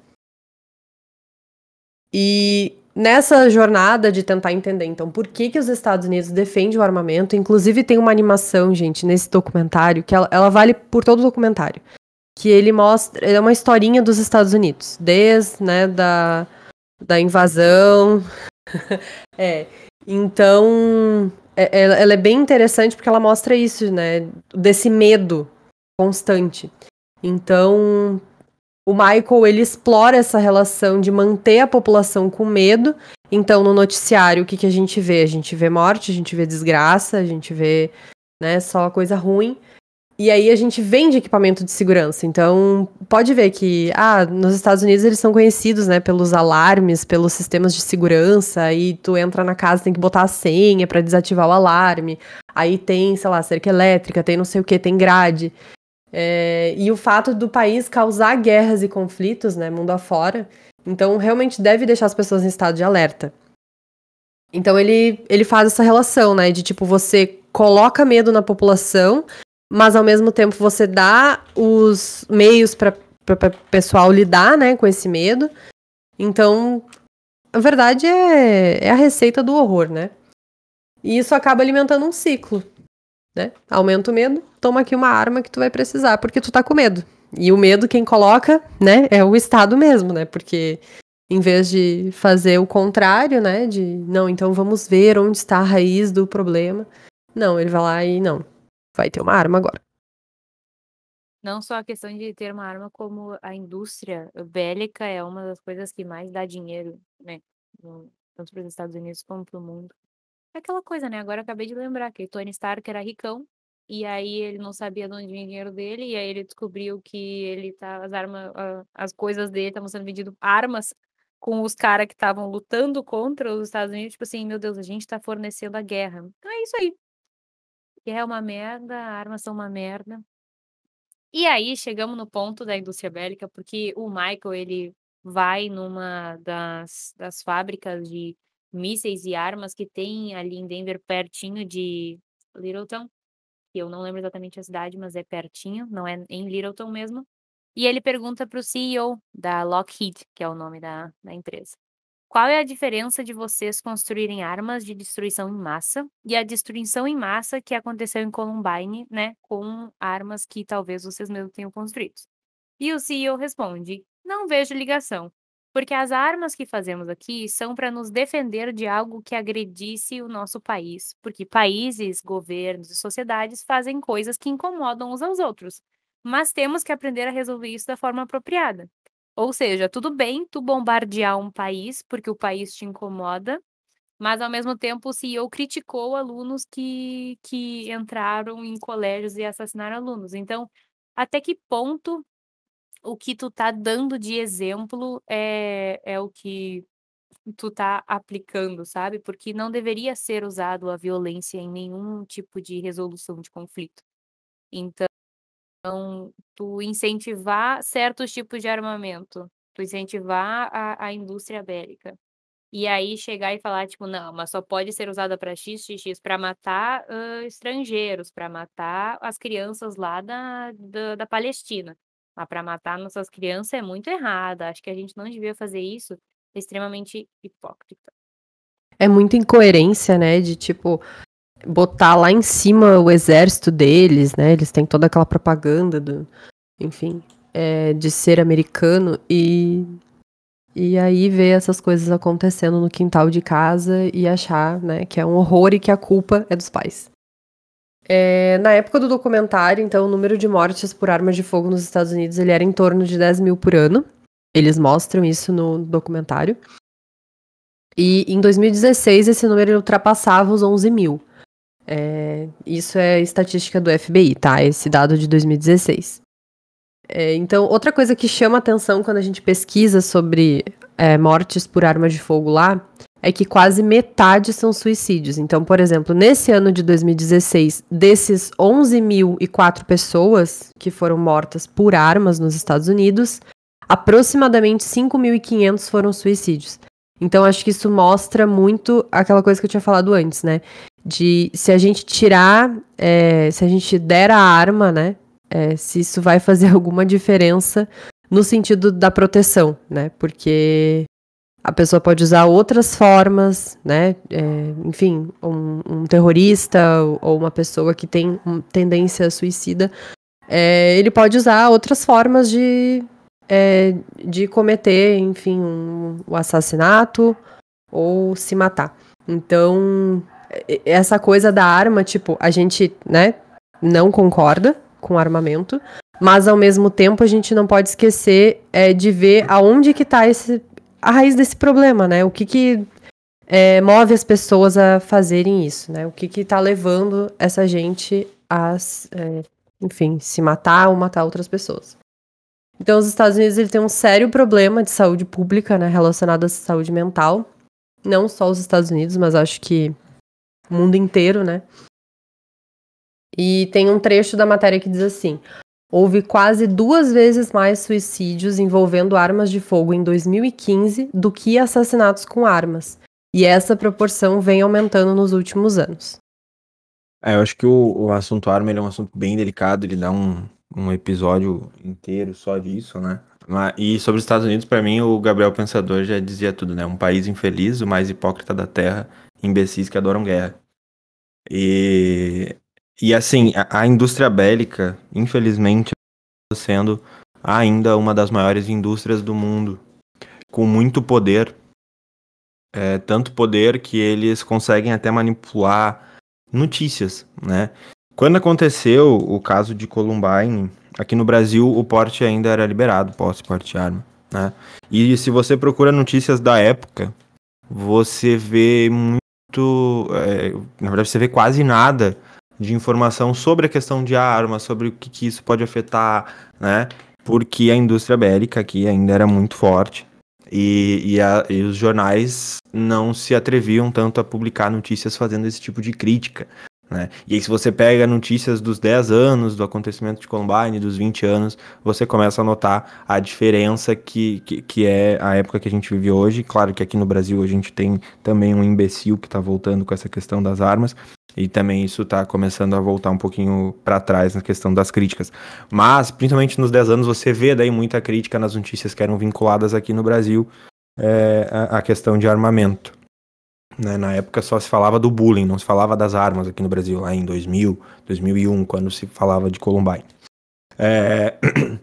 E nessa jornada de tentar entender, então, por que que os Estados Unidos defendem o armamento, inclusive tem uma animação, gente, nesse documentário, que ela, ela vale por todo o documentário, que ele mostra, é uma historinha dos Estados Unidos, desde, né, da, da invasão. é, então, é, ela é bem interessante porque ela mostra isso, né, desse medo constante. Então, o Michael, ele explora essa relação de manter a população com medo. Então, no noticiário, o que, que a gente vê? A gente vê morte, a gente vê desgraça, a gente vê, né, só coisa ruim. E aí a gente vende equipamento de segurança. Então, pode ver que, ah, nos Estados Unidos eles são conhecidos, né, pelos alarmes, pelos sistemas de segurança. Aí tu entra na casa, tem que botar a senha pra desativar o alarme. Aí tem, sei lá, cerca elétrica, tem não sei o que, tem grade. É, e o fato do país causar guerras e conflitos, né, mundo afora, então realmente deve deixar as pessoas em estado de alerta. Então ele, ele faz essa relação, né, de tipo, você coloca medo na população, mas ao mesmo tempo você dá os meios para o pessoal lidar, né, com esse medo. Então, a verdade é, é a receita do horror, né? E isso acaba alimentando um ciclo. Né? Aumenta o medo, toma aqui uma arma que tu vai precisar, porque tu tá com medo. E o medo quem coloca, né, é o Estado mesmo, né? Porque em vez de fazer o contrário, né, de não, então vamos ver onde está a raiz do problema. Não, ele vai lá e não, vai ter uma arma agora. Não só a questão de ter uma arma, como a indústria bélica é uma das coisas que mais dá dinheiro, né? no- Tanto para os Estados Unidos como para o mundo. É aquela coisa, né? Agora eu acabei de lembrar que Tony Stark era ricão, e aí ele não sabia de onde vinha o dinheiro dele, e aí ele descobriu que ele tá, as armas, ah, as coisas dele estavam sendo vendidas, armas, com os caras que estavam lutando contra os Estados Unidos, tipo assim, meu Deus, a gente tá fornecendo a guerra. Então é isso aí. Guerra é uma merda, armas são uma merda. E aí chegamos no ponto da indústria bélica, porque o Michael, ele vai numa das, das fábricas de mísseis e armas que tem ali em Denver, pertinho de Littleton, que eu não lembro exatamente a cidade, mas é pertinho, não é em Littleton mesmo. E ele pergunta para o C E O da Lockheed, que é o nome da, da empresa. Qual é a diferença de vocês construírem armas de destruição em massa e a destruição em massa que aconteceu em Columbine, né, com armas que talvez vocês mesmos tenham construído? E o C E O responde: não vejo ligação, porque as armas que fazemos aqui são para nos defender de algo que agredisse o nosso país, porque países, governos e sociedades fazem coisas que incomodam uns aos outros, mas temos que aprender a resolver isso da forma apropriada. Ou seja, tudo bem tu bombardear um país porque o país te incomoda, mas ao mesmo tempo o C E O criticou alunos que, que entraram em colégios e assassinaram alunos. Então, até que ponto o que tu tá dando de exemplo é, é o que tu tá aplicando, sabe? Porque não deveria ser usado a violência em nenhum tipo de resolução de conflito. Então, tu incentivar certos tipos de armamento, tu incentivar a, a indústria bélica. E aí chegar e falar, tipo, não, mas só pode ser usada para X, X, X, para matar uh, estrangeiros, para matar as crianças lá da, da, da Palestina. Mas para matar nossas crianças é muito errado. Acho que a gente não devia fazer isso. É extremamente hipócrita. É muita incoerência, né, de tipo, botar lá em cima o exército deles, né, eles têm toda aquela propaganda do, enfim, é, de ser americano e... E aí ver essas coisas acontecendo no quintal de casa e achar, né, que é um horror e que a culpa é dos pais. É, na época do documentário, então, o número de mortes por arma de fogo nos Estados Unidos ele era em torno de dez mil por ano. Eles mostram isso no documentário. E em dois mil e dezesseis, esse número ultrapassava os onze mil. É, isso é estatística do F B I, tá? Esse dado de dois mil e dezesseis. É, então, outra coisa que chama atenção quando a gente pesquisa sobre é, mortes por arma de fogo lá é que quase metade são suicídios. Então, por exemplo, nesse ano de dois mil e dezesseis, desses onze mil e quatro pessoas que foram mortas por armas nos Estados Unidos, aproximadamente cinco mil e quinhentos foram suicídios. Então, acho que isso mostra muito aquela coisa que eu tinha falado antes, né? De se a gente tirar, é, se a gente der a arma, né? É, se isso vai fazer alguma diferença no sentido da proteção, né? Porque a pessoa pode usar outras formas, né? É, enfim, um, um terrorista ou uma pessoa que tem tendência suicida, é, ele pode usar outras formas de, é, de cometer, enfim, um, um assassinato ou se matar. Então, essa coisa da arma, tipo, a gente, né, não concorda com armamento, mas ao mesmo tempo a gente não pode esquecer é, de ver aonde que tá esse, a raiz desse problema, né? O que que é, move as pessoas a fazerem isso, né? O que que tá levando essa gente a, é, enfim, se matar ou matar outras pessoas. Então, os Estados Unidos ele tem um sério problema de saúde pública, né, relacionado à saúde mental. Não só os Estados Unidos, mas acho que o mundo inteiro, né? E tem um trecho da matéria que diz assim: houve quase duas vezes mais suicídios envolvendo armas de fogo em dois mil e quinze do que assassinatos com armas. E essa proporção vem aumentando nos últimos anos. É, eu acho que o, o assunto arma ele é um assunto bem delicado, ele dá um, um episódio inteiro só disso, né? Mas, e sobre os Estados Unidos, para mim, o Gabriel Pensador já dizia tudo, né? Um país infeliz, o mais hipócrita da terra, imbecis que adoram guerra. E, e assim, a, a indústria bélica, infelizmente, está sendo ainda uma das maiores indústrias do mundo, com muito poder, é, tanto poder que eles conseguem até manipular notícias, né? Quando aconteceu o caso de Columbine, aqui no Brasil o porte ainda era liberado, posse, porte de arma, né? E se você procura notícias da época, você vê muito, é, na verdade você vê quase nada de informação sobre a questão de armas, sobre o que, que isso pode afetar, né? Porque a indústria bélica aqui ainda era muito forte e, e, a, e os jornais não se atreviam tanto a publicar notícias fazendo esse tipo de crítica, né? E aí se você pega notícias dos dez anos do acontecimento de Columbine, dos vinte anos, você começa a notar a diferença que, que, que é a época que a gente vive hoje. Claro que aqui no Brasil a gente tem também um imbecil que está voltando com essa questão das armas, e também isso está começando a voltar um pouquinho para trás na questão das críticas. Mas, principalmente nos dez anos, você vê daí muita crítica nas notícias que eram vinculadas aqui no Brasil é, a, a questão de armamento. Né, na época só se falava do bullying, não se falava das armas aqui no Brasil, lá em dois mil, dois mil e um, quando se falava de Columbine. É...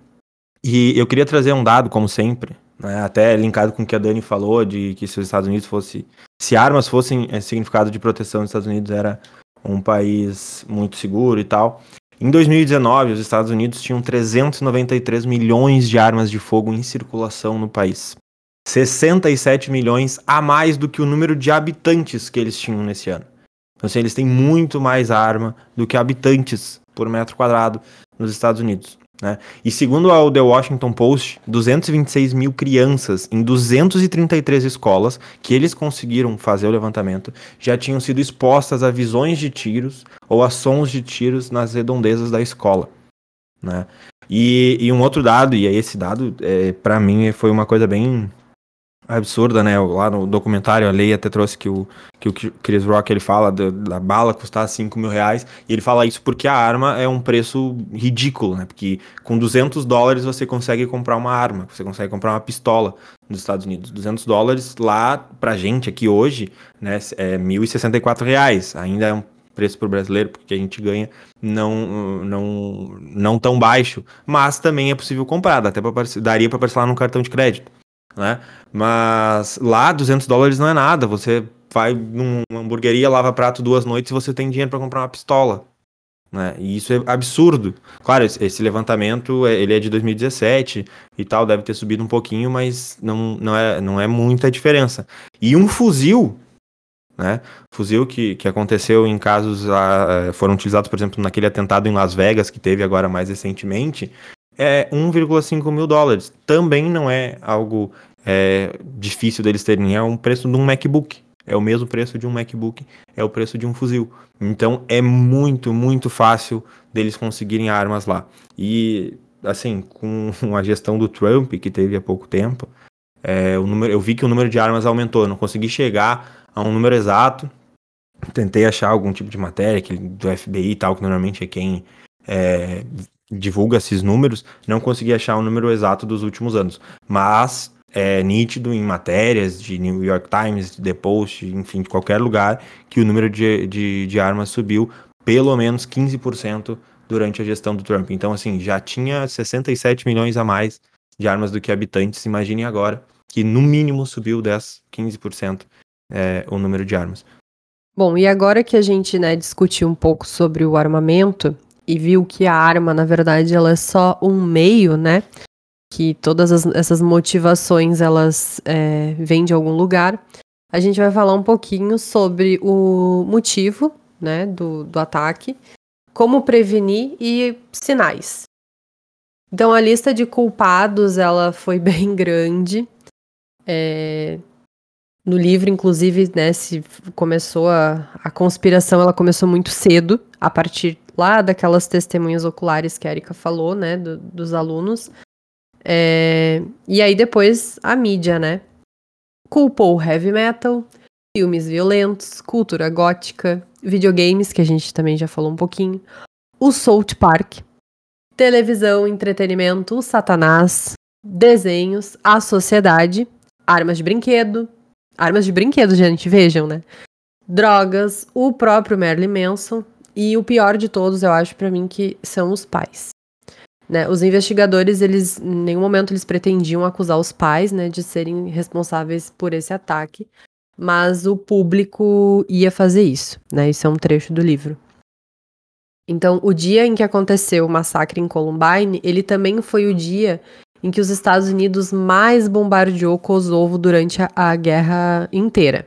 E eu queria trazer um dado, como sempre, né, até linkado com o que a Dani falou, de que se os Estados Unidos fosse... Se armas fossem é, significado de proteção, os Estados Unidos era um país muito seguro e tal. Em dois mil e dezenove, os Estados Unidos tinham trezentos e noventa e três milhões de armas de fogo em circulação no país. sessenta e sete milhões a mais do que o número de habitantes que eles tinham nesse ano. Então, assim, eles têm muito mais arma do que habitantes por metro quadrado nos Estados Unidos, né? E segundo o The Washington Post, duzentos e vinte e seis mil crianças em duzentas e trinta e três escolas que eles conseguiram fazer o levantamento já tinham sido expostas a visões de tiros ou a sons de tiros nas redondezas da escola, né? E, e um outro dado, e aí esse dado, é, para mim, foi uma coisa bem absurda, né? Lá no documentário, a Lei até trouxe que o, que o Chris Rock, ele fala da, da bala custar cinco mil reais, e ele fala isso porque a arma é um preço ridículo, né? Porque com duzentos dólares você consegue comprar uma arma, você consegue comprar uma pistola nos Estados Unidos. duzentos dólares lá pra gente aqui hoje, né? É mil e sessenta e quatro reais, ainda é um preço pro brasileiro, porque a gente ganha não, não, não tão baixo, mas também é possível comprar, dá até pra, daria para parcelar num cartão de crédito, né? Mas lá duzentos dólares não é nada. Você vai numa hamburgueria, lava prato duas noites e você tem dinheiro para comprar uma pistola, né? E isso é absurdo. Claro, esse levantamento ele é de dois mil e dezessete e tal, deve ter subido um pouquinho, mas não, não, é, não é muita diferença. E um fuzil, né? Fuzil que, que aconteceu em casos, uh, foram utilizados, por exemplo, naquele atentado em Las Vegas que teve agora mais recentemente, é um vírgula cinco mil dólares. Também não é algo é, difícil deles terem, é um preço de um MacBook, é o mesmo preço de um MacBook, é o preço de um fuzil. Então é muito, muito fácil deles conseguirem armas lá. E, assim, com a gestão do Trump, que teve há pouco tempo, é, o número, eu vi que o número de armas aumentou. Eu não consegui chegar a um número exato. Tentei achar algum tipo de matéria que, do F B I e tal, que normalmente é quem é, divulga esses números. Não consegui achar o número exato dos últimos anos. Mas é nítido em matérias de New York Times, de The Post, enfim, de qualquer lugar, que o número de, de, de armas subiu pelo menos quinze por cento durante a gestão do Trump. Então, assim, já tinha sessenta e sete milhões a mais de armas do que habitantes. Imagine agora que no mínimo subiu dez, quinze por cento é, o número de armas. Bom, e agora que a gente, né, discutiu um pouco sobre o armamento e viu que a arma, na verdade, ela é só um meio, né, que todas as, essas motivações, elas é, vêm de algum lugar, a gente vai falar um pouquinho sobre o motivo, né, do, do ataque, como prevenir e sinais. Então, a lista de culpados, ela foi bem grande. É, no livro, inclusive, né, se começou a, a conspiração, ela começou muito cedo, a partir lá daquelas testemunhas oculares que a Erika falou, né, do, dos alunos. É, e aí depois a mídia, né, culpou o heavy metal, filmes violentos, cultura gótica, videogames, que a gente também já falou um pouquinho, o South Park, televisão, entretenimento, o Satanás, desenhos, a sociedade, armas de brinquedo, armas de brinquedo, gente, vejam, né? Drogas, o próprio Marilyn Manson e o pior de todos, eu acho pra mim, que são os pais. Né? Os investigadores, eles, em nenhum momento eles pretendiam acusar os pais, né, de serem responsáveis por esse ataque, mas o público ia fazer isso, né? Isso é um trecho do livro. Então, o dia em que aconteceu o massacre em Columbine, ele também foi o dia em que os Estados Unidos mais bombardeou Kosovo durante a, a guerra inteira.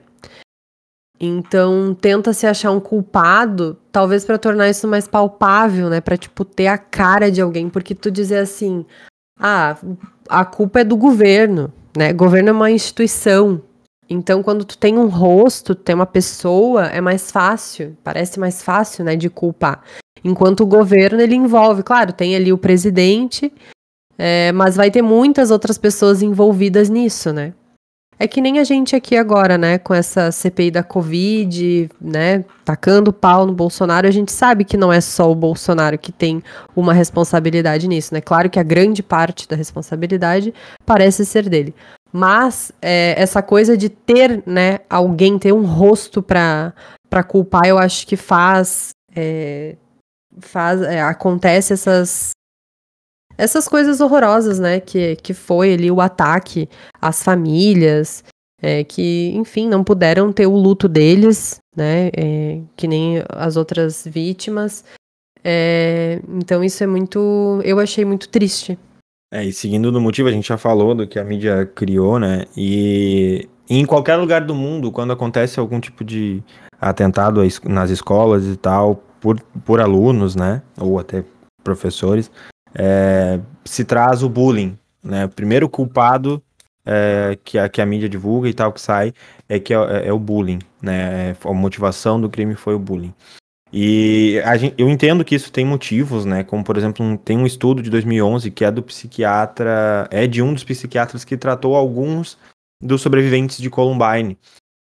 Então, tenta-se achar um culpado, talvez para tornar isso mais palpável, né? Para, tipo, ter a cara de alguém. Porque tu dizer assim, ah, a culpa é do governo, né? O governo é uma instituição. Então, quando tu tem um rosto, tu tem uma pessoa, é mais fácil, parece mais fácil, né, de culpar. Enquanto o governo, ele envolve, claro, tem ali o presidente, é, mas vai ter muitas outras pessoas envolvidas nisso, né? É que nem a gente aqui agora, né, com essa C P I da Covid, né, tacando pau no Bolsonaro, a gente sabe que não é só o Bolsonaro que tem uma responsabilidade nisso, né? Claro que a grande parte da responsabilidade parece ser dele. Mas é, essa coisa de ter, né, alguém, ter um rosto pra, pra culpar, eu acho que faz, é, faz é, acontece essas, essas coisas horrorosas, né, que, que foi ali o ataque às famílias, é, que, enfim, não puderam ter o luto deles, né, é, que nem as outras vítimas. É, então isso é muito, eu achei muito triste. É, e seguindo no motivo, a gente já falou do que a mídia criou, né? E em qualquer lugar do mundo, quando acontece algum tipo de atentado nas escolas e tal, por, por alunos, né? Ou até professores, é, se traz o bullying, né? O primeiro culpado é, que, a, que a mídia divulga e tal, que sai, é que é, é o bullying, né? A motivação do crime foi o bullying. E a gente, eu entendo que isso tem motivos, né? Como, por exemplo, um, tem um estudo de dois mil e onze que é do psiquiatra, é de um dos psiquiatras que tratou alguns dos sobreviventes de Columbine,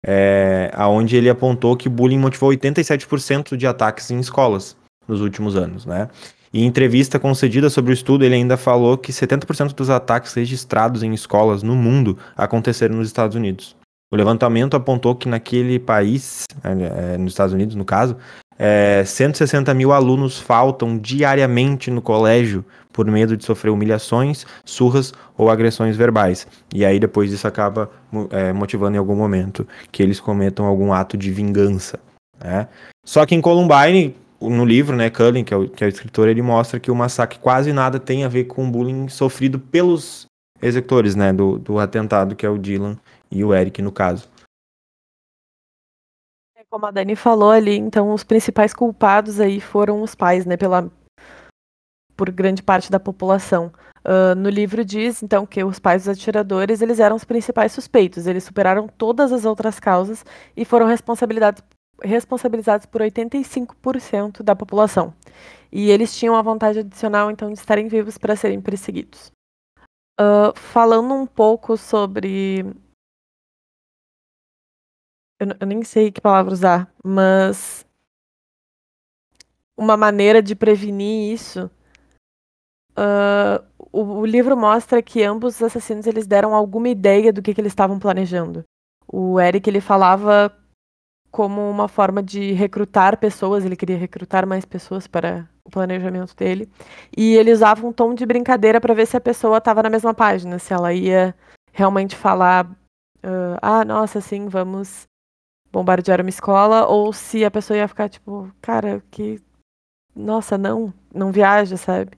é, onde ele apontou que bullying motivou oitenta e sete por cento de ataques em escolas nos últimos anos, né? E em entrevista concedida sobre o estudo, ele ainda falou que setenta por cento dos ataques registrados em escolas no mundo aconteceram nos Estados Unidos. O levantamento apontou que naquele país, é, é, nos Estados Unidos, no caso, É, cento e sessenta mil alunos faltam diariamente no colégio por medo de sofrer humilhações, surras ou agressões verbais. E aí depois isso acaba é, motivando em algum momento que eles cometam algum ato de vingança, né? Só que em Columbine, no livro, né, Cullen, que é, o, que é o escritor, ele mostra que o massacre quase nada tem a ver com o bullying sofrido pelos executores, né, do, do atentado, que é o Dylan e o Eric, no caso. Como a Dani falou ali, então os principais culpados aí foram os pais, né, pela, por grande parte da população. Uh, no livro diz, então, que os pais dos atiradores eles eram os principais suspeitos. Eles superaram todas as outras causas e foram responsabilizados, responsabilizados por oitenta e cinco por cento da população. E eles tinham a vantagem adicional, então, de estarem vivos para serem perseguidos. Uh, falando um pouco sobre... Eu, eu nem sei que palavra usar, mas... uma maneira de prevenir isso... Uh, o, o livro mostra que ambos os assassinos eles deram alguma ideia do que, que eles estavam planejando. O Eric ele falava como uma forma de recrutar pessoas, ele queria recrutar mais pessoas para o planejamento dele. E ele usava um tom de brincadeira para ver se a pessoa estava na mesma página, se ela ia realmente falar, uh, ah, nossa, sim, vamos bombardear uma escola, ou se a pessoa ia ficar tipo, cara, que, nossa, não, não viaja, sabe?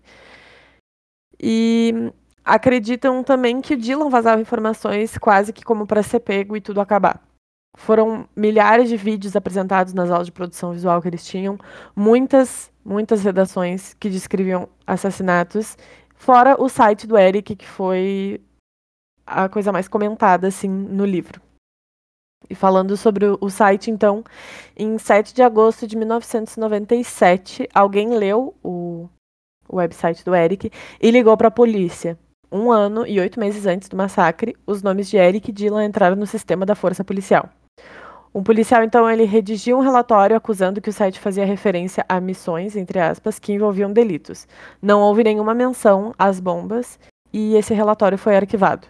E acreditam também que o Dylan vazava informações quase que como para ser pego e tudo acabar. Foram milhares de vídeos apresentados nas aulas de produção visual que eles tinham, muitas, muitas redações que descreviam assassinatos, fora o site do Eric, que foi a coisa mais comentada assim no livro. E falando sobre o site, então, em sete de agosto de mil novecentos e noventa e sete, alguém leu o o website do Eric, e ligou para a polícia. Um ano e oito meses antes do massacre, os nomes de Eric e Dylan entraram no sistema da força policial. Um policial, então, ele redigiu um relatório acusando que o site fazia referência a missões, entre aspas, que envolviam delitos. Não houve nenhuma menção às bombas, e esse relatório foi arquivado.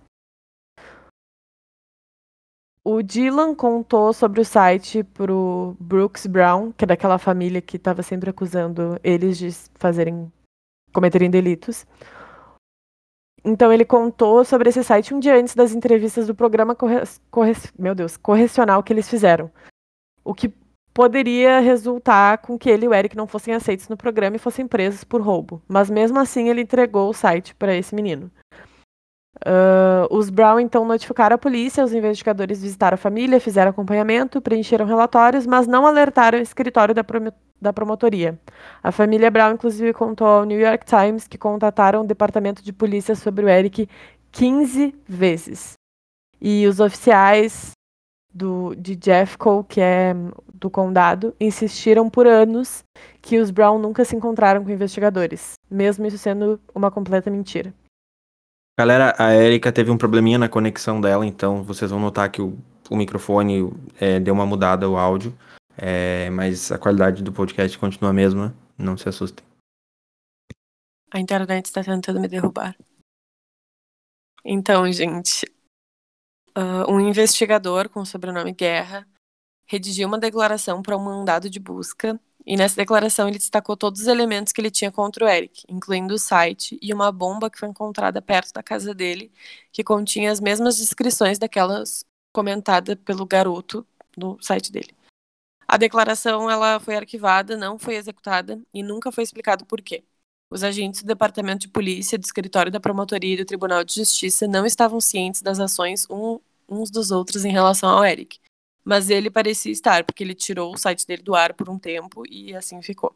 O Dylan contou sobre o site pro Brooks Brown, que é daquela família que estava sempre acusando eles de fazerem cometerem delitos. Então ele contou sobre esse site um dia antes das entrevistas do programa corre... Corre... Meu Deus, correcional que eles fizeram. O que poderia resultar com que ele e o Eric não fossem aceitos no programa e fossem presos por roubo. Mas mesmo assim ele entregou o site para esse menino. Uh, os Brown então notificaram a polícia, os investigadores visitaram a família, fizeram acompanhamento, preencheram relatórios, mas não alertaram o escritório da, prom da promotoria. A família Brown inclusive contou ao New York Times que contataram o departamento de polícia sobre o Eric quinze vezes. E os oficiais do, de Jeffco, que é do condado, insistiram por anos que os Brown nunca se encontraram com investigadores, mesmo isso sendo uma completa mentira. Galera, a Erika teve um probleminha na conexão dela, então vocês vão notar que o, o microfone é, deu uma mudada, o áudio, é, mas a qualidade do podcast continua a mesma, não se assustem. A internet está tentando me derrubar. Então, gente, uh, um investigador com o sobrenome Guerra redigiu uma declaração para um mandado de busca. E nessa declaração ele destacou todos os elementos que ele tinha contra o Eric, incluindo o site e uma bomba que foi encontrada perto da casa dele, que continha as mesmas descrições daquelas comentadas pelo garoto no site dele. A declaração ela foi arquivada, não foi executada e nunca foi explicado por quê. Os agentes do Departamento de Polícia, do Escritório da Promotoria e do Tribunal de Justiça não estavam cientes das ações um, uns dos outros em relação ao Eric. Mas ele parecia estar, porque ele tirou o site dele do ar por um tempo e assim ficou.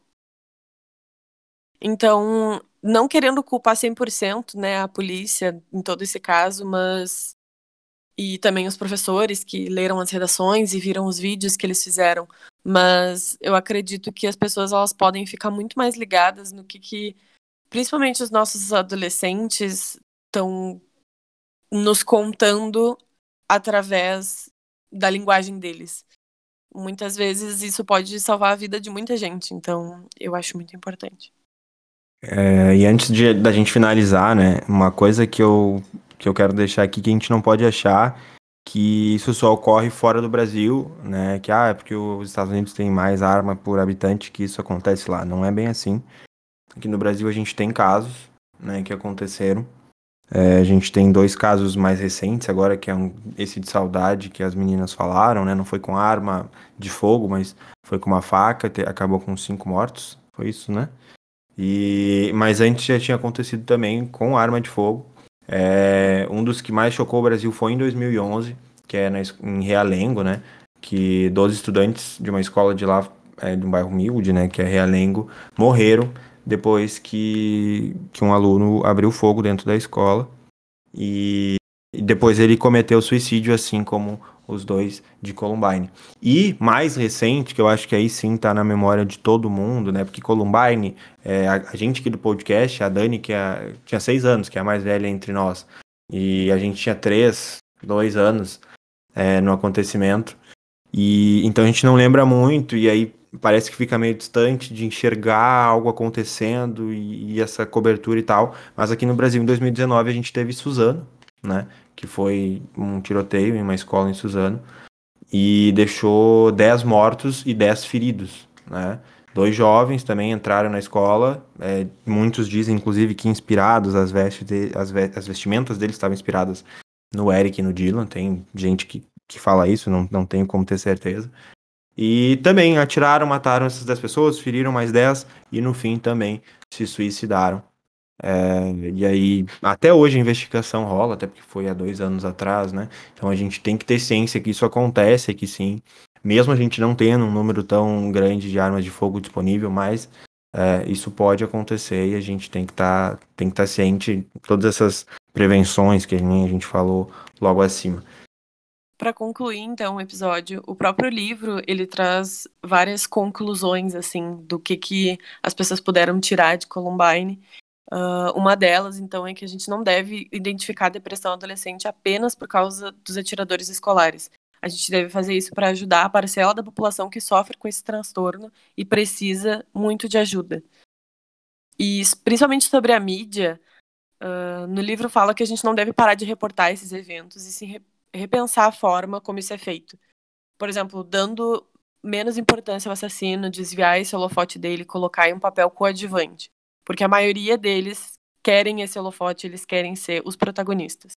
Então, não querendo culpar cem por cento, né, a polícia em todo esse caso, mas... E também os professores que leram as redações e viram os vídeos que eles fizeram. Mas eu acredito que as pessoas elas podem ficar muito mais ligadas no que, que principalmente os nossos adolescentes estão nos contando através da linguagem deles. Muitas vezes isso pode salvar a vida de muita gente, então eu acho muito importante. É, e antes de, da gente finalizar, né, uma coisa que eu, que eu quero deixar aqui que a gente não pode achar que isso só ocorre fora do Brasil, né, que ah, é porque os Estados Unidos têm mais arma por habitante que isso acontece lá. Não é bem assim. Aqui no Brasil a gente tem casos, né, que aconteceram. É, a gente tem dois casos mais recentes agora, que é um, esse de Saudade que as meninas falaram, né? Não foi com arma de fogo, mas foi com uma faca, te, acabou com cinco mortos, foi isso, né? E, mas antes já tinha acontecido também com arma de fogo. É, um dos que mais chocou o Brasil foi em dois mil e onze, que é na, em Realengo, né? Que doze estudantes de uma escola de lá, é, de um bairro humilde, né? Que é Realengo, morreram depois que, que um aluno abriu fogo dentro da escola. E, e depois ele cometeu suicídio, assim como os dois de Columbine. E mais recente, que eu acho que aí sim tá na memória de todo mundo, né? Porque Columbine, é, a, a gente aqui do podcast, a Dani, que é, tinha seis anos, que é a mais velha entre nós, e a gente tinha três, dois anos é, no acontecimento. E então a gente não lembra muito, e aí parece que fica meio distante de enxergar algo acontecendo e, e essa cobertura e tal. Mas aqui no Brasil, em dois mil e dezenove, a gente teve Suzano, né? Que foi um tiroteio em uma escola em Suzano. E deixou dez mortos e dez feridos, né? Dois jovens também entraram na escola. É, muitos dizem, inclusive, que inspirados, as, vestes de, as, ve- as vestimentas deles estavam inspiradas no Eric e no Dylan. Tem gente que, que fala isso, não, não tenho como ter certeza. E também atiraram, mataram essas dez pessoas, feriram mais dez e no fim também se suicidaram. É, e aí, até hoje a investigação rola, até porque foi há dois anos atrás, né? Então a gente tem que ter ciência que isso acontece aqui sim, mesmo a gente não tendo um número tão grande de armas de fogo disponível, mas é, isso pode acontecer e a gente tem que estar tem que estar ciente de todas essas prevenções que nem a gente falou logo acima. Para concluir, então, o episódio, o próprio livro, ele traz várias conclusões, assim, do que, que as pessoas puderam tirar de Columbine. Uh, uma delas, então, é que a gente não deve identificar a depressão adolescente apenas por causa dos atiradores escolares. A gente deve fazer isso para ajudar a parcela da população que sofre com esse transtorno e precisa muito de ajuda. E principalmente sobre a mídia, uh, no livro fala que a gente não deve parar de reportar esses eventos e se re- repensar a forma como isso é feito. Por exemplo, dando menos importância ao assassino, desviar esse holofote dele, colocar em um papel coadjuvante. Porque a maioria deles querem esse holofote, eles querem ser os protagonistas.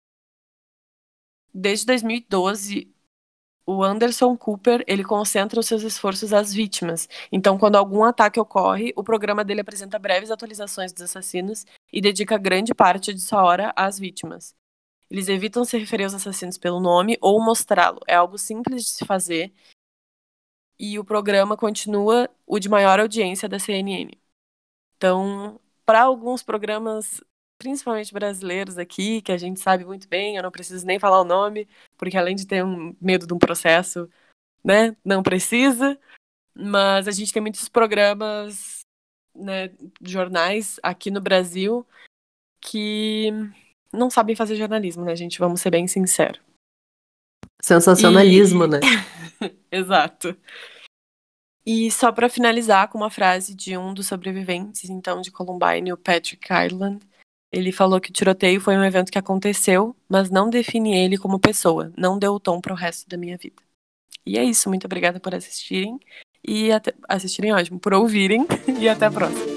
Desde dois mil e doze, o Anderson Cooper, ele concentra os seus esforços às vítimas. Então, quando algum ataque ocorre, o programa dele apresenta breves atualizações dos assassinos e dedica grande parte de sua hora às vítimas. Eles evitam se referir aos assassinos pelo nome ou mostrá-lo. É algo simples de se fazer. E o programa continua o de maior audiência da C N N. Então, para alguns programas, principalmente brasileiros aqui, que a gente sabe muito bem, eu não preciso nem falar o nome, porque além de ter um medo de um processo, né, não precisa. Mas a gente tem muitos programas, né, jornais aqui no Brasil que não sabem fazer jornalismo, né, gente? Vamos ser bem sinceros. Sensacionalismo, E- né? Exato. E só para finalizar com uma frase de um dos sobreviventes, então, de Columbine, o Patrick Ireland. Ele falou que o tiroteio foi um evento que aconteceu, mas não define ele como pessoa. Não deu o tom para o resto da minha vida. E é isso. Muito obrigada por assistirem. E até... assistirem, ótimo. Por ouvirem. E até a próxima.